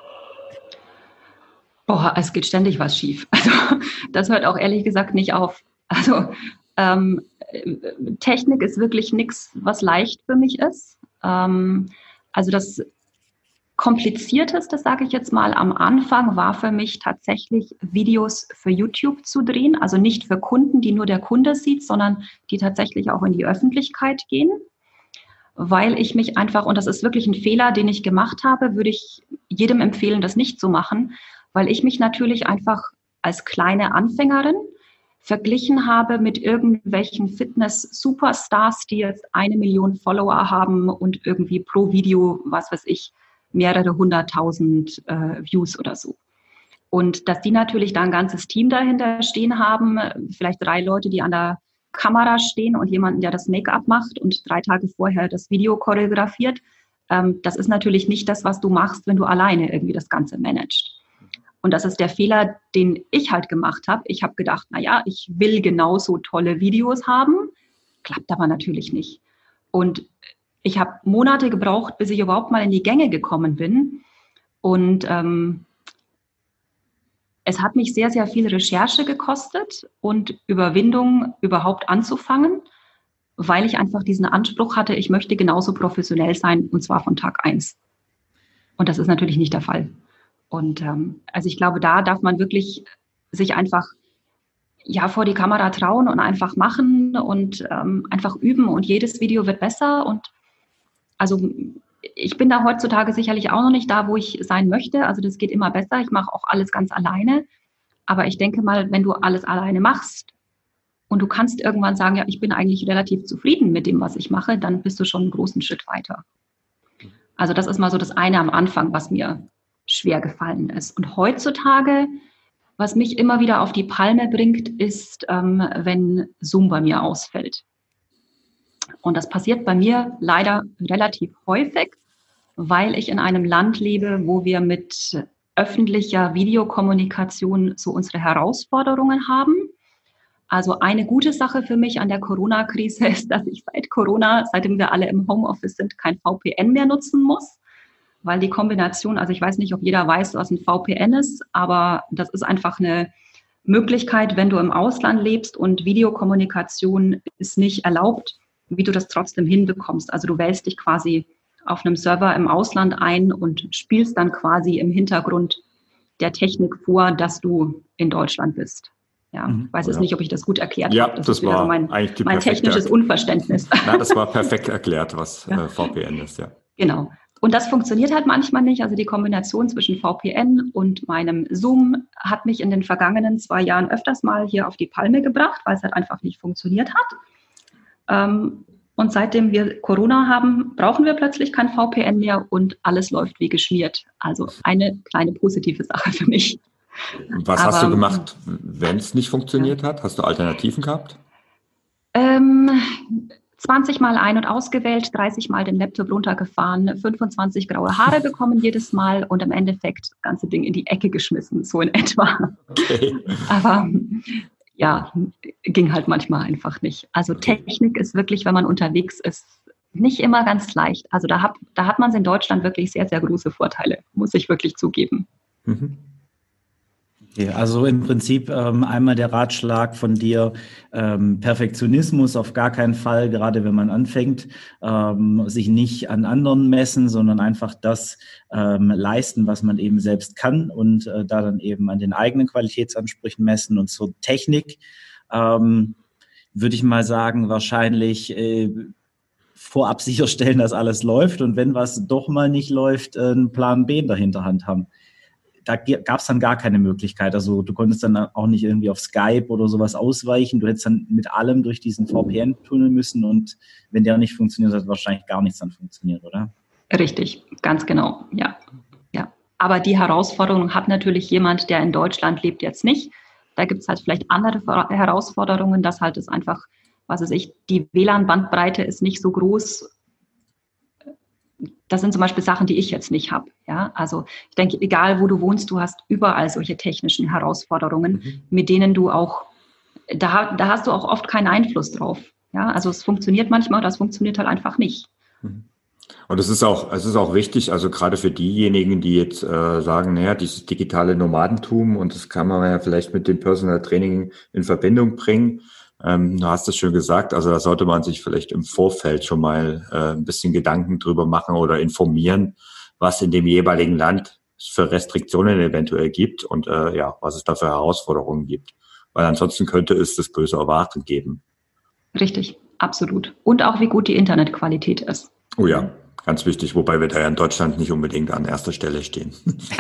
Boah, es geht ständig was schief. Also das hört auch ehrlich gesagt nicht auf. Also ähm, Technik ist wirklich nichts, was leicht für mich ist. Ähm, also das Komplizierteste, sage ich jetzt mal, am Anfang war für mich tatsächlich Videos für YouTube zu drehen, also nicht für Kunden, die nur der Kunde sieht, sondern die tatsächlich auch in die Öffentlichkeit gehen, weil ich mich einfach, und das ist wirklich ein Fehler, den ich gemacht habe, würde ich jedem empfehlen, das nicht zu machen, weil ich mich natürlich einfach als kleine Anfängerin verglichen habe mit irgendwelchen Fitness-Superstars, die jetzt eine Million Follower haben und irgendwie pro Video, was weiß ich, mehrere hunderttausend äh, Views oder so. Und dass die natürlich da ein ganzes Team dahinter stehen haben, vielleicht drei Leute, die an der Kamera stehen und jemanden, der das Make-up macht und drei Tage vorher das Video choreografiert, ähm, das ist natürlich nicht das, was du machst, wenn du alleine irgendwie das Ganze managst. Und das ist der Fehler, den ich halt gemacht habe. Ich habe gedacht, na ja, ich will genauso tolle Videos haben, klappt aber natürlich nicht. Und ich habe Monate gebraucht, bis ich überhaupt mal in die Gänge gekommen bin. Und ähm, es hat mich sehr, sehr viel Recherche gekostet und Überwindung, überhaupt anzufangen, weil ich einfach diesen Anspruch hatte, ich möchte genauso professionell sein, und zwar von Tag eins. Und das ist natürlich nicht der Fall. Und ähm, also ich glaube, da darf man wirklich sich einfach ja vor die Kamera trauen und einfach machen und ähm, einfach üben. Und jedes Video wird besser. Und also ich bin da heutzutage sicherlich auch noch nicht da, wo ich sein möchte. Also das geht immer besser. Ich mache auch alles ganz alleine. Aber ich denke mal, wenn du alles alleine machst und du kannst irgendwann sagen, ja, ich bin eigentlich relativ zufrieden mit dem, was ich mache, dann bist du schon einen großen Schritt weiter. Also das ist mal so das eine am Anfang, was mir schwer gefallen ist. Und heutzutage, was mich immer wieder auf die Palme bringt, ist, ähm, wenn Zoom bei mir ausfällt. Und das passiert bei mir leider relativ häufig, weil ich in einem Land lebe, wo wir mit öffentlicher Videokommunikation so unsere Herausforderungen haben. Also eine gute Sache für mich an der Corona-Krise ist, dass ich seit Corona, seitdem wir alle im Homeoffice sind, kein V P N mehr nutzen muss, weil die Kombination, also ich weiß nicht, ob jeder weiß, was ein V P N ist, aber das ist einfach eine Möglichkeit, wenn du im Ausland lebst und Videokommunikation ist nicht erlaubt, wie du das trotzdem hinbekommst. Also du wählst dich quasi auf einem Server im Ausland ein und spielst dann quasi im Hintergrund der Technik vor, dass du in Deutschland bist. Ja, ich weiß jetzt ja. nicht, ob ich das gut erklärt ja, habe. Das, das ist wieder war so mein, eigentlich die mein technisches Er- Unverständnis. Nein, das war perfekt erklärt, was ja. äh, V P N ist, ja. Genau. Und das funktioniert halt manchmal nicht. Also die Kombination zwischen V P N und meinem Zoom hat mich in den vergangenen zwei Jahren öfters mal hier auf die Palme gebracht, weil es halt einfach nicht funktioniert hat. Ähm, und seitdem wir Corona haben, brauchen wir plötzlich kein V P N mehr und alles läuft wie geschmiert. Also eine kleine positive Sache für mich. Was Aber, hast du gemacht, wenn es nicht funktioniert ja. hat? Hast du Alternativen gehabt? Ähm, zwanzig Mal ein- und ausgewählt, dreißig Mal den Laptop runtergefahren, fünfundzwanzig graue Haare bekommen jedes Mal und im Endeffekt das ganze Ding in die Ecke geschmissen, so in etwa. Okay. Aber ja, ging halt manchmal einfach nicht. Also Technik ist wirklich, wenn man unterwegs ist, nicht immer ganz leicht. Also da hat, da hat man es in Deutschland wirklich sehr, sehr große Vorteile, muss ich wirklich zugeben. Mhm. Okay, also im Prinzip ähm, einmal der Ratschlag von dir, ähm, Perfektionismus auf gar keinen Fall, gerade wenn man anfängt, ähm, sich nicht an anderen messen, sondern einfach das ähm, leisten, was man eben selbst kann und äh, da dann eben an den eigenen Qualitätsansprüchen messen. Und zur Technik ähm, würde ich mal sagen, wahrscheinlich äh, vorab sicherstellen, dass alles läuft und wenn was doch mal nicht läuft, äh, einen Plan B in der Hinterhand haben. Da gab es dann gar keine Möglichkeit. Also du konntest dann auch nicht irgendwie auf Skype oder sowas ausweichen. Du hättest dann mit allem durch diesen V P N tunneln müssen und wenn der nicht funktioniert, hat wahrscheinlich gar nichts dann funktioniert, oder? Richtig, ganz genau, ja. ja. Aber die Herausforderung hat natürlich jemand, der in Deutschland lebt, jetzt nicht. Da gibt es halt vielleicht andere Herausforderungen, dass halt es einfach, was weiß ich, die W L A N-Bandbreite ist nicht so groß. Das sind zum Beispiel Sachen, die ich jetzt nicht habe. Ja? Also ich denke, egal wo du wohnst, du hast überall solche technischen Herausforderungen, mhm. mit denen du auch, da, da hast du auch oft keinen Einfluss drauf. Ja? Also es funktioniert manchmal, das funktioniert halt einfach nicht. Und es ist auch, es ist auch wichtig, also gerade für diejenigen, die jetzt äh, sagen, naja, dieses digitale Nomadentum und das kann man ja vielleicht mit dem Personal Training in Verbindung bringen. Ähm, du hast es schön gesagt, also da sollte man sich vielleicht im Vorfeld schon mal äh, ein bisschen Gedanken drüber machen oder informieren, was in dem jeweiligen Land für Restriktionen eventuell gibt und äh, ja, was es da für Herausforderungen gibt. Weil ansonsten könnte es das böse Erwarten geben. Richtig, absolut. Und auch wie gut die Internetqualität ist. Oh ja, ganz wichtig, wobei wir da ja in Deutschland nicht unbedingt an erster Stelle stehen.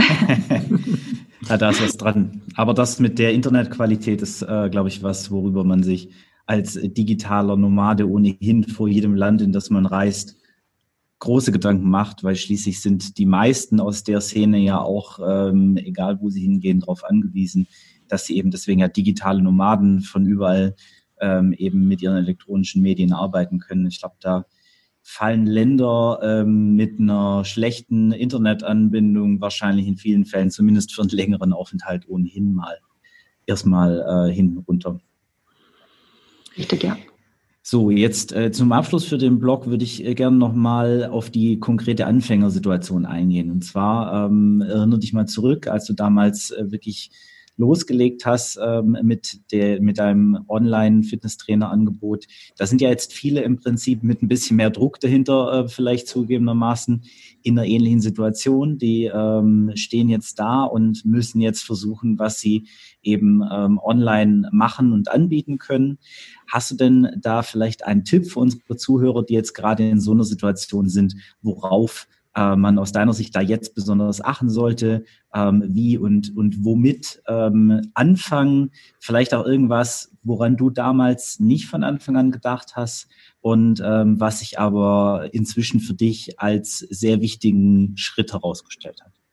Ja, da ist was dran. Aber das mit der Internetqualität ist, äh, glaube ich, was, worüber man sich als digitaler Nomade ohnehin vor jedem Land, in das man reist, große Gedanken macht, weil schließlich sind die meisten aus der Szene ja auch, ähm, egal wo sie hingehen, darauf angewiesen, dass sie eben deswegen ja digitale Nomaden von überall ähm, eben mit ihren elektronischen Medien arbeiten können. Ich glaube, da fallen Länder ähm, mit einer schlechten Internetanbindung wahrscheinlich in vielen Fällen, zumindest für einen längeren Aufenthalt, ohnehin mal erstmal äh, hinten runter. Richtig, ja. So, jetzt äh, zum Abschluss für den Blog würde ich äh, gerne nochmal auf die konkrete Anfängersituation eingehen. Und zwar ähm, erinnere dich mal zurück, als du damals äh, wirklich losgelegt hast ähm, mit der mit deinem Online-Fitnesstrainer-Angebot. Da sind ja jetzt viele im Prinzip mit ein bisschen mehr Druck dahinter, äh, vielleicht zugegebenermaßen, in einer ähnlichen Situation. Die ähm, stehen jetzt da und müssen jetzt versuchen, was sie eben ähm, online machen und anbieten können. Hast du denn da vielleicht einen Tipp für unsere Zuhörer, die jetzt gerade in so einer Situation sind, worauf äh, man aus deiner Sicht da jetzt besonders achten sollte, ähm, wie und, und womit ähm, anfangen, vielleicht auch irgendwas, woran du damals nicht von Anfang an gedacht hast und ähm, was sich aber inzwischen für dich als sehr wichtigen Schritt herausgestellt hat.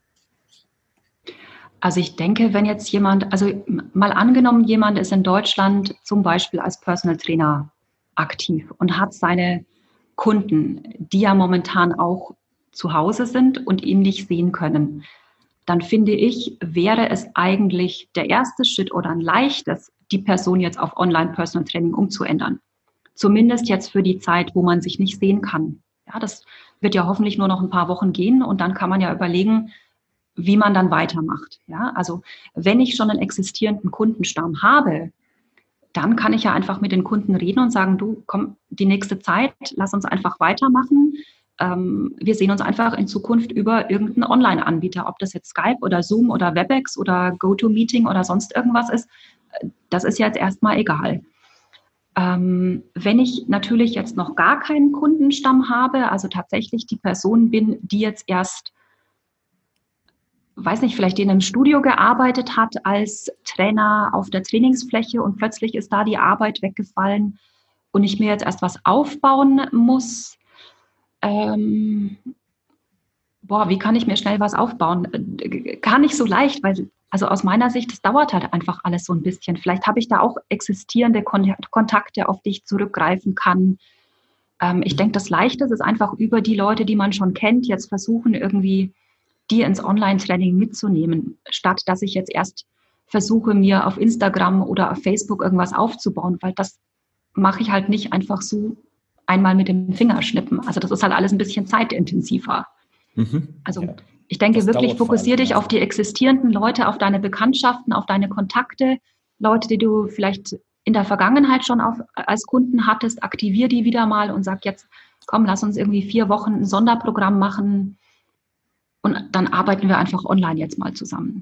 Also ich denke, wenn jetzt jemand, also mal angenommen, jemand ist in Deutschland zum Beispiel als Personal Trainer aktiv und hat seine Kunden, die ja momentan auch zu Hause sind und ihn nicht sehen können, dann finde ich, wäre es eigentlich der erste Schritt oder ein leichtes, die Person jetzt auf Online-Personal Training umzuändern. Zumindest jetzt für die Zeit, wo man sich nicht sehen kann. Ja, das wird ja hoffentlich nur noch ein paar Wochen gehen und dann kann man ja überlegen, wie man dann weitermacht. Ja, also wenn ich schon einen existierenden Kundenstamm habe, dann kann ich ja einfach mit den Kunden reden und sagen, du, komm, die nächste Zeit, lass uns einfach weitermachen. Ähm, wir sehen uns einfach in Zukunft über irgendeinen Online-Anbieter, ob das jetzt Skype oder Zoom oder Webex oder GoToMeeting oder sonst irgendwas ist. Das ist jetzt erstmal egal. Ähm, wenn ich natürlich jetzt noch gar keinen Kundenstamm habe, also tatsächlich die Person bin, die jetzt erst weiß nicht, vielleicht in einem Studio gearbeitet hat als Trainer auf der Trainingsfläche und plötzlich ist da die Arbeit weggefallen und ich mir jetzt erst was aufbauen muss. Ähm, boah, wie kann ich mir schnell was aufbauen? Gar nicht so leicht, weil, also aus meiner Sicht, das dauert halt einfach alles so ein bisschen. Vielleicht habe ich da auch existierende Kon- Kontakte, auf die ich zurückgreifen kann. Ähm, ich denke, das Leichte ist einfach über die Leute, die man schon kennt, jetzt versuchen irgendwie die ins Online-Training mitzunehmen, statt dass ich jetzt erst versuche, mir auf Instagram oder auf Facebook irgendwas aufzubauen, weil das mache ich halt nicht einfach so einmal mit dem Fingerschnippen. Also das ist halt alles ein bisschen zeitintensiver. Mhm. Also ja, ich denke wirklich, fokussiere dich auf die existierenden Leute, auf deine Bekanntschaften, auf deine Kontakte, Leute, die du vielleicht in der Vergangenheit schon auf, als Kunden hattest, aktivier die wieder mal und sag jetzt, komm, lass uns irgendwie vier Wochen ein Sonderprogramm machen, und dann arbeiten wir einfach online jetzt mal zusammen.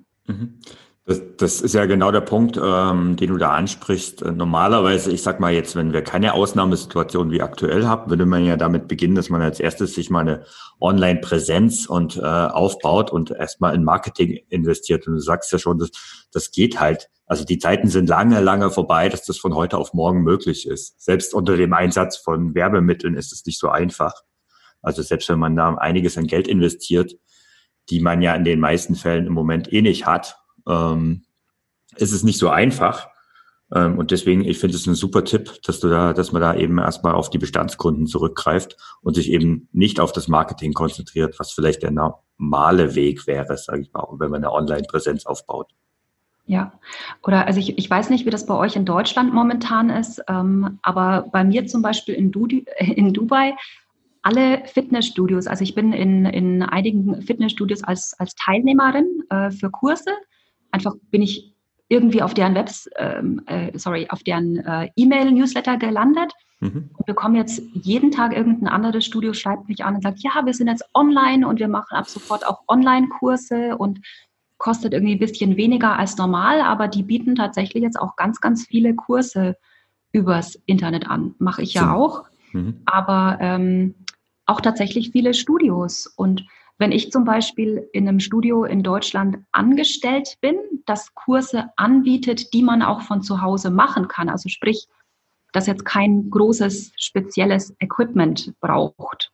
Das, das ist ja genau der Punkt, ähm, den du da ansprichst. Normalerweise, ich sag mal jetzt, wenn wir keine Ausnahmesituation wie aktuell haben, würde man ja damit beginnen, dass man als erstes sich mal eine Online-Präsenz und äh, aufbaut und erstmal in Marketing investiert. Und du sagst ja schon, das, das geht halt. Also die Zeiten sind lange, lange vorbei, dass das von heute auf morgen möglich ist. Selbst unter dem Einsatz von Werbemitteln ist es nicht so einfach. Also selbst wenn man da einiges an Geld investiert, die man ja in den meisten Fällen im Moment eh nicht hat, ähm, ist es nicht so einfach. Ähm, und deswegen, ich finde es ein super Tipp, dass du da, dass man da eben erstmal auf die Bestandskunden zurückgreift und sich eben nicht auf das Marketing konzentriert, was vielleicht der normale Weg wäre, sage ich mal, wenn man eine Online-Präsenz aufbaut. Ja, oder also ich, ich weiß nicht, wie das bei euch in Deutschland momentan ist, ähm, aber bei mir zum Beispiel in, du, in Dubai, alle Fitnessstudios, also ich bin in, in einigen Fitnessstudios als, als Teilnehmerin äh, für Kurse. Einfach bin ich irgendwie auf deren Webs, ähm, äh, sorry, auf deren äh, E-Mail-Newsletter gelandet mhm. und bekomme jetzt jeden Tag irgendein anderes Studio, schreibt mich an und sagt, ja, wir sind jetzt online und wir machen ab sofort auch Online-Kurse und kostet irgendwie ein bisschen weniger als normal, aber die bieten tatsächlich jetzt auch ganz, ganz viele Kurse übers Internet an. Mache ich ja auch, mhm. aber ähm, auch tatsächlich viele Studios. Und wenn ich zum Beispiel in einem Studio in Deutschland angestellt bin, das Kurse anbietet, die man auch von zu Hause machen kann, also sprich, das jetzt kein großes, spezielles Equipment braucht,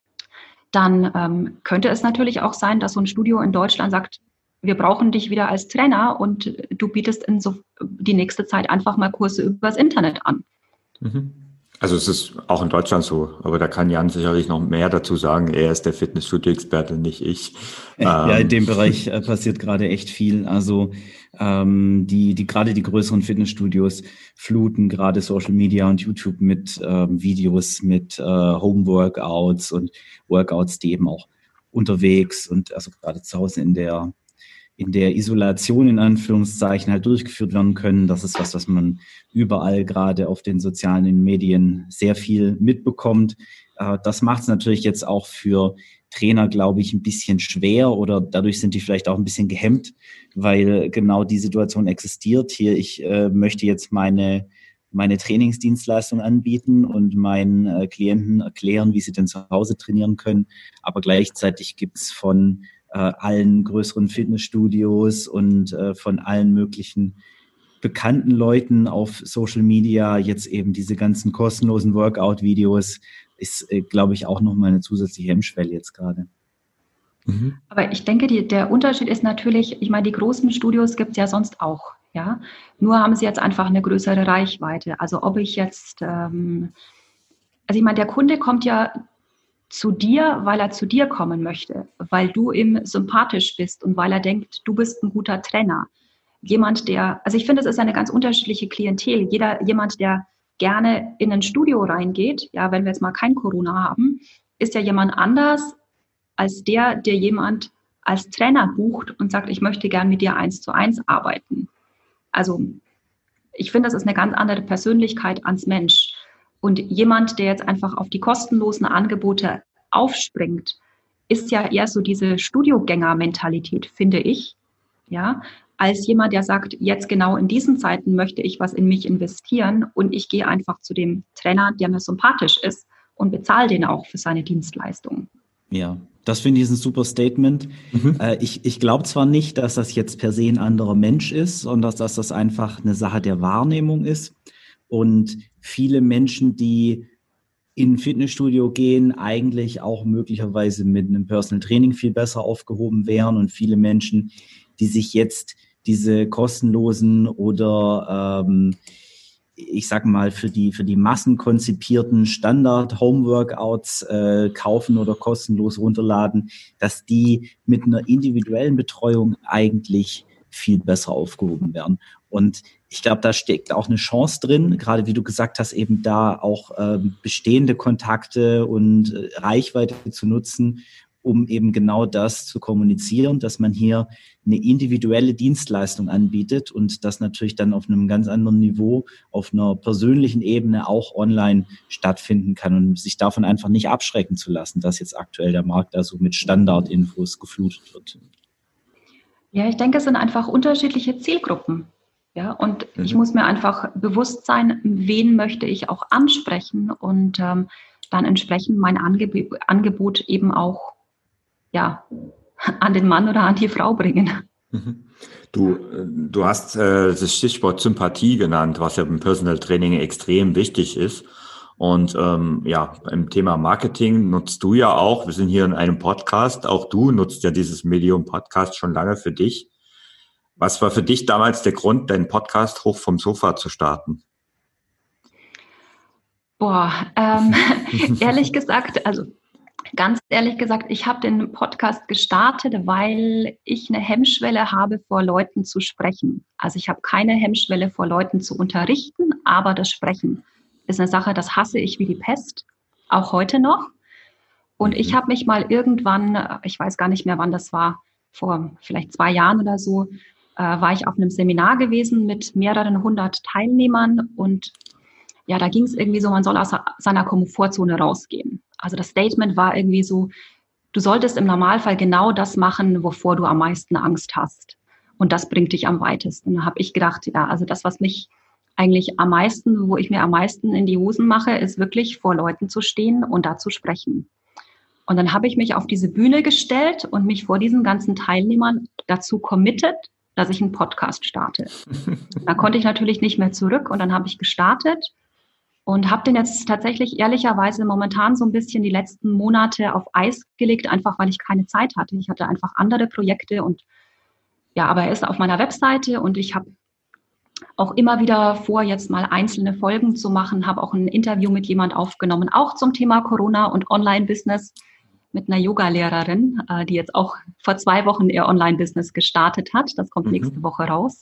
dann ähm, könnte es natürlich auch sein, dass so ein Studio in Deutschland sagt, wir brauchen dich wieder als Trainer und du bietest in so die nächste Zeit einfach mal Kurse übers Internet an. Mhm. Also es ist auch in Deutschland so, aber da kann Jan sicherlich noch mehr dazu sagen. Er ist der Fitnessstudio-Experte, nicht ich. Ja, in dem Bereich äh, passiert gerade echt viel. Also ähm, die, die gerade die größeren Fitnessstudios fluten gerade Social Media und YouTube mit ähm, Videos, mit äh, Home-Workouts und Workouts, die eben auch unterwegs und also gerade zu Hause in der in der Isolation in Anführungszeichen halt durchgeführt werden können. Das ist was, was man überall gerade auf den sozialen Medien sehr viel mitbekommt. Das macht es natürlich jetzt auch für Trainer, glaube ich, ein bisschen schwer oder dadurch sind die vielleicht auch ein bisschen gehemmt, weil genau die Situation existiert. Hier, ich äh, möchte jetzt meine meine Trainingsdienstleistung anbieten und meinen äh, Klienten erklären, wie sie denn zu Hause trainieren können. Aber gleichzeitig gibt's von äh, allen größeren Fitnessstudios und äh, von allen möglichen bekannten Leuten auf Social Media jetzt eben diese ganzen kostenlosen Workout-Videos, ist, äh, glaube ich, auch nochmal eine zusätzliche Hemmschwelle jetzt gerade. Mhm. Aber ich denke, die, der Unterschied ist natürlich, ich meine, die großen Studios gibt es ja sonst auch, ja. Nur haben sie jetzt einfach eine größere Reichweite. Also ob ich jetzt, ähm, also ich meine, der Kunde kommt ja zu dir, weil er zu dir kommen möchte, weil du ihm sympathisch bist und weil er denkt, du bist ein guter Trainer. Jemand, der, also ich finde, es ist eine ganz unterschiedliche Klientel. Jeder, jemand, der gerne in ein Studio reingeht, ja, wenn wir jetzt mal kein Corona haben, ist ja jemand anders als der, der jemand als Trainer bucht und sagt, ich möchte gern mit dir eins zu eins arbeiten. Also ich finde, das ist eine ganz andere Persönlichkeit als Mensch. Und jemand, der jetzt einfach auf die kostenlosen Angebote aufspringt, ist ja eher so diese Studiogänger-Mentalität, finde ich, ja, als jemand, der sagt, jetzt genau in diesen Zeiten möchte ich was in mich investieren und ich gehe einfach zu dem Trainer, der mir sympathisch ist und bezahle den auch für seine Dienstleistung. Ja, das finde ich ein super Statement. Mhm. Äh, ich ich glaube zwar nicht, dass das jetzt per se ein anderer Mensch ist, sondern dass das einfach eine Sache der Wahrnehmung ist. Und viele Menschen, die in ein Fitnessstudio gehen, eigentlich auch möglicherweise mit einem Personal Training viel besser aufgehoben wären. Und viele Menschen, die sich jetzt diese kostenlosen oder ähm, ich sag mal, für die, für die Massen konzipierten Standard-Home-Workouts äh, kaufen oder kostenlos runterladen, dass die mit einer individuellen Betreuung eigentlich viel besser aufgehoben werden. Und ich glaube, da steckt auch eine Chance drin, gerade wie du gesagt hast, eben da auch ähm, bestehende Kontakte und äh, Reichweite zu nutzen, um eben genau das zu kommunizieren, dass man hier eine individuelle Dienstleistung anbietet und das natürlich dann auf einem ganz anderen Niveau, auf einer persönlichen Ebene auch online stattfinden kann und sich davon einfach nicht abschrecken zu lassen, dass jetzt aktuell der Markt da so mit Standardinfos geflutet wird. Ja, ich denke, es sind einfach unterschiedliche Zielgruppen. Ja, und mhm. ich muss mir einfach bewusst sein, wen möchte ich auch ansprechen und ähm, dann entsprechend mein Angeb- Angebot eben auch ja, an den Mann oder an die Frau bringen. Du, du hast äh, das Stichwort Sympathie genannt, was ja im Personal Training extrem wichtig ist. Und ähm, ja, beim Thema Marketing nutzt du ja auch, wir sind hier in einem Podcast, auch du nutzt ja dieses Medium Podcast schon lange für dich. Was war für dich damals der Grund, deinen Podcast hoch vom Sofa zu starten? Boah, ähm, ehrlich gesagt, also Ganz ehrlich gesagt, ich habe den Podcast gestartet, weil ich eine Hemmschwelle habe, vor Leuten zu sprechen. Also ich habe keine Hemmschwelle, vor Leuten zu unterrichten, aber das Sprechen ist eine Sache, das hasse ich wie die Pest, auch heute noch. Und ich habe mich mal irgendwann, ich weiß gar nicht mehr, wann das war, vor vielleicht zwei Jahren oder so, äh, war ich auf einem Seminar gewesen mit mehreren hundert Teilnehmern und ja, da ging es irgendwie so, man soll aus seiner Komfortzone rausgehen. Also das Statement war irgendwie so, du solltest im Normalfall genau das machen, wovor du am meisten Angst hast. Und das bringt dich am weitesten. Da habe ich gedacht, ja, also das, was mich eigentlich am meisten, wo ich mir am meisten in die Hosen mache, ist wirklich vor Leuten zu stehen und da zu sprechen. Und dann habe ich mich auf diese Bühne gestellt und mich vor diesen ganzen Teilnehmern dazu committed, dass ich einen Podcast starte. Da konnte ich natürlich nicht mehr zurück und dann habe ich gestartet. Und habe den jetzt tatsächlich ehrlicherweise momentan so ein bisschen die letzten Monate auf Eis gelegt, einfach weil ich keine Zeit hatte. Ich hatte einfach andere Projekte und ja, aber er ist auf meiner Webseite und ich habe auch immer wieder vor, jetzt mal einzelne Folgen zu machen, habe auch ein Interview mit jemand aufgenommen, auch zum Thema Corona und Online-Business mit einer Yoga-Lehrerin, die jetzt auch vor zwei Wochen ihr Online-Business gestartet hat. Das kommt mhm. nächste Woche raus.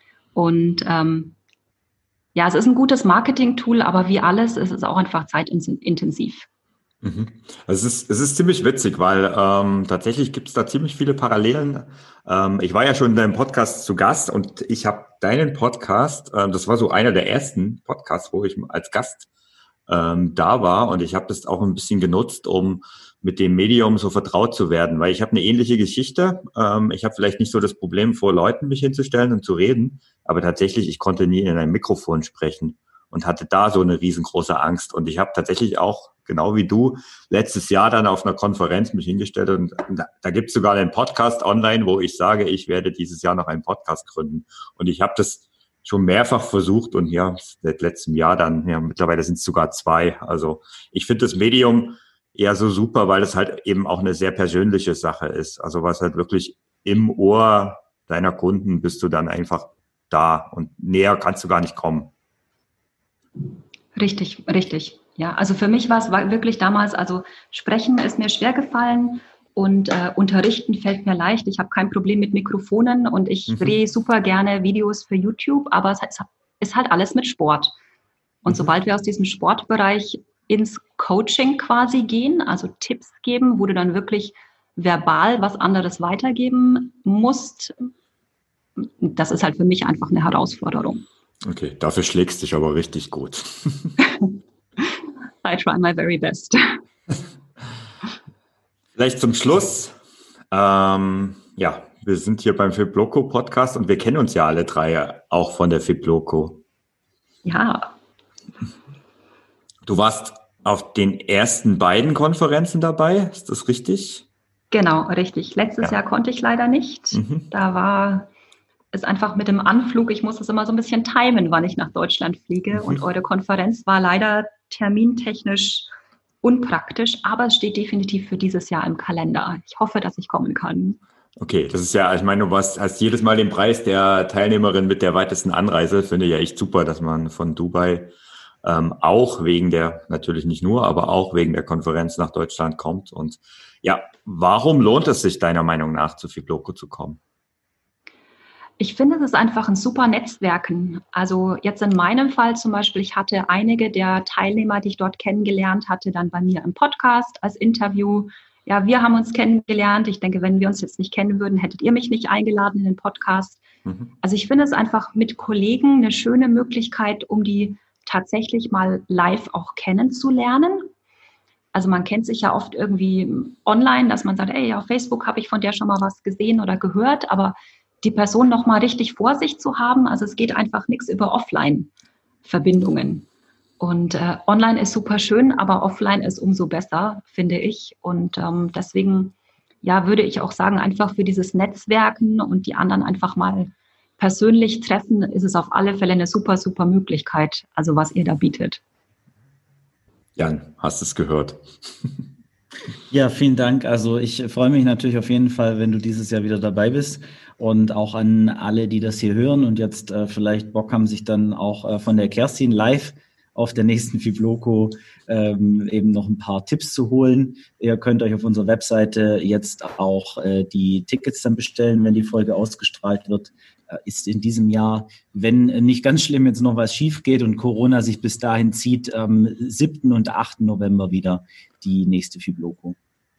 Und ähm, ja, es ist ein gutes Marketing-Tool, aber wie alles, es ist auch einfach zeitintensiv. Mhm. Es ist, es ist ziemlich witzig, weil ähm, tatsächlich gibt es da ziemlich viele Parallelen. Ähm, ich war ja schon in deinem Podcast zu Gast und ich habe deinen Podcast, äh, das war so einer der ersten Podcasts, wo ich als Gast ähm, da war und ich habe das auch ein bisschen genutzt, um mit dem Medium so vertraut zu werden, weil ich habe eine ähnliche Geschichte. Ähm, ich habe vielleicht nicht so das Problem, vor Leuten mich hinzustellen und zu reden, aber tatsächlich, ich konnte nie in ein Mikrofon sprechen. und hatte da so eine riesengroße Angst. Und ich habe tatsächlich auch, genau wie du, letztes Jahr dann auf einer Konferenz mich hingestellt und da, da gibt es sogar einen Podcast online, wo ich sage, ich werde dieses Jahr noch einen Podcast gründen. Und ich habe das schon mehrfach versucht und ja, seit letztem Jahr dann, ja, mittlerweile sind es sogar zwei. Also ich finde das Medium eher so super, weil es halt eben auch eine sehr persönliche Sache ist. Also was halt wirklich im Ohr deiner Kunden bist du dann einfach da und näher kannst du gar nicht kommen. Richtig, richtig. Ja, also für mich war es wirklich damals, also sprechen ist mir schwer gefallen und äh, unterrichten fällt mir leicht. Ich habe kein Problem mit Mikrofonen und ich mhm. drehe super gerne Videos für YouTube, aber es ist halt alles mit Sport. Und mhm. sobald wir aus diesem Sportbereich ins Coaching quasi gehen, also Tipps geben, wo du dann wirklich verbal was anderes weitergeben musst, das ist halt für mich einfach eine Herausforderung. Okay, dafür schlägst du dich aber richtig gut. I try my very best. Vielleicht zum Schluss. Ähm, ja, wir sind hier beim Fibloco Podcast und wir kennen uns ja alle drei auch von der Fibloco. Ja. Du warst auf den ersten beiden Konferenzen dabei, ist das richtig? Genau, richtig. Letztes ja. Jahr konnte ich leider nicht. Mhm. Da war es einfach mit dem Anflug, ich muss das immer so ein bisschen timen, wann ich nach Deutschland fliege. Mhm. Und eure Konferenz war leider termintechnisch unpraktisch, aber es steht definitiv für dieses Jahr im Kalender. Ich hoffe, dass ich kommen kann. Okay, das ist ja, ich meine, du hast, hast jedes Mal den Preis der Teilnehmerin mit der weitesten Anreise. Finde ich ja echt super, dass man von Dubai ähm, auch wegen der, natürlich nicht nur, aber auch wegen der Konferenz nach Deutschland kommt. Und ja, warum lohnt es sich deiner Meinung nach zu Fibloco zu kommen? Ich finde, es ist einfach ein super Netzwerken. Also jetzt in meinem Fall zum Beispiel, ich hatte einige der Teilnehmer, die ich dort kennengelernt hatte, dann bei mir im Podcast als Interview. Ja, wir haben uns kennengelernt. Ich denke, wenn wir uns jetzt nicht kennen würden, hättet ihr mich nicht eingeladen in den Podcast. Mhm. Also ich finde es einfach mit Kollegen eine schöne Möglichkeit, um die tatsächlich mal live auch kennenzulernen. Also man kennt sich ja oft irgendwie online, dass man sagt, ey, auf Facebook habe ich von der schon mal was gesehen oder gehört, aber die Person noch mal richtig vor sich zu haben, also es geht einfach nichts über Offline-Verbindungen. Und äh, online ist super schön, aber offline ist umso besser, finde ich. Und ähm, deswegen, ja, würde ich auch sagen, einfach für dieses Netzwerken und die anderen einfach mal persönlich treffen, ist es auf alle Fälle eine super, super Möglichkeit, also was ihr da bietet. Jan, hast es gehört. Ja, vielen Dank. Also ich freue mich natürlich auf jeden Fall, wenn du dieses Jahr wieder dabei bist und auch an alle, die das hier hören und jetzt äh, vielleicht Bock haben, sich dann auch äh, von der Kerstin live auf der nächsten Fibloco ähm, eben noch ein paar Tipps zu holen. Ihr könnt euch auf unserer Webseite jetzt auch äh, die Tickets dann bestellen, wenn die Folge ausgestrahlt wird. Äh, ist in diesem Jahr, wenn nicht ganz schlimm jetzt noch was schief geht und Corona sich bis dahin zieht, am siebten und achten November wieder die nächste Fibloco.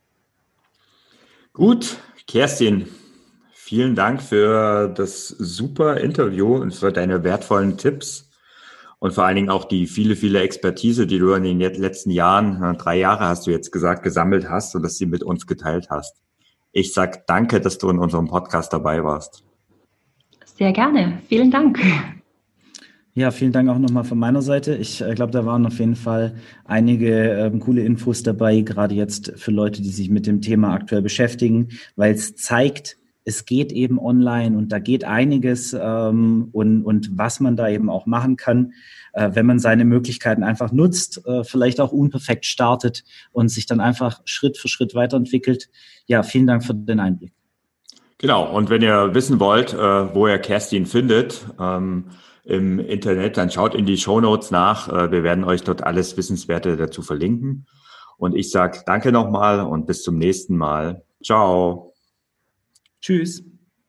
Gut, Kerstin, vielen Dank für das super Interview und für deine wertvollen Tipps. Und vor allen Dingen auch die viele, viele Expertise, die du in den letzten Jahren, drei Jahre hast du jetzt gesagt, gesammelt hast und dass sie mit uns geteilt hast. Ich sag danke, dass du in unserem Podcast dabei warst. Sehr gerne. Vielen Dank. Ja, vielen Dank auch nochmal von meiner Seite. Ich äh, glaube, da waren auf jeden Fall einige ähm, coole Infos dabei, gerade jetzt für Leute, die sich mit dem Thema aktuell beschäftigen, weil es zeigt, es geht eben online und da geht einiges ähm, und, und was man da eben auch machen kann, äh, wenn man seine Möglichkeiten einfach nutzt, äh, vielleicht auch unperfekt startet und sich dann einfach Schritt für Schritt weiterentwickelt. Ja, vielen Dank für den Einblick. Genau, und wenn ihr wissen wollt, äh, wo ihr Kerstin findet ähm, im Internet, dann schaut in die Shownotes nach. Äh, wir werden euch dort alles Wissenswerte dazu verlinken. Und ich sage danke nochmal und bis zum nächsten Mal. Ciao. Tschüss.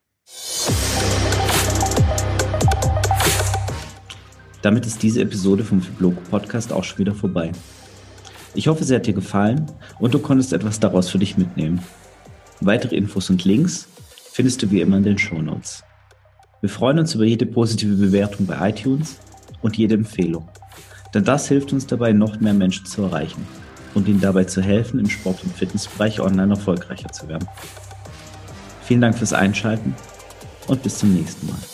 Damit ist diese Episode vom Fibloco Podcast auch schon wieder vorbei. Ich hoffe, sie hat dir gefallen und du konntest etwas daraus für dich mitnehmen. Weitere Infos und Links findest du wie immer in den Shownotes. Wir freuen uns über jede positive Bewertung bei iTunes und jede Empfehlung, denn das hilft uns dabei, noch mehr Menschen zu erreichen und ihnen dabei zu helfen, im Sport- und Fitnessbereich online erfolgreicher zu werden. Vielen Dank fürs Einschalten und bis zum nächsten Mal.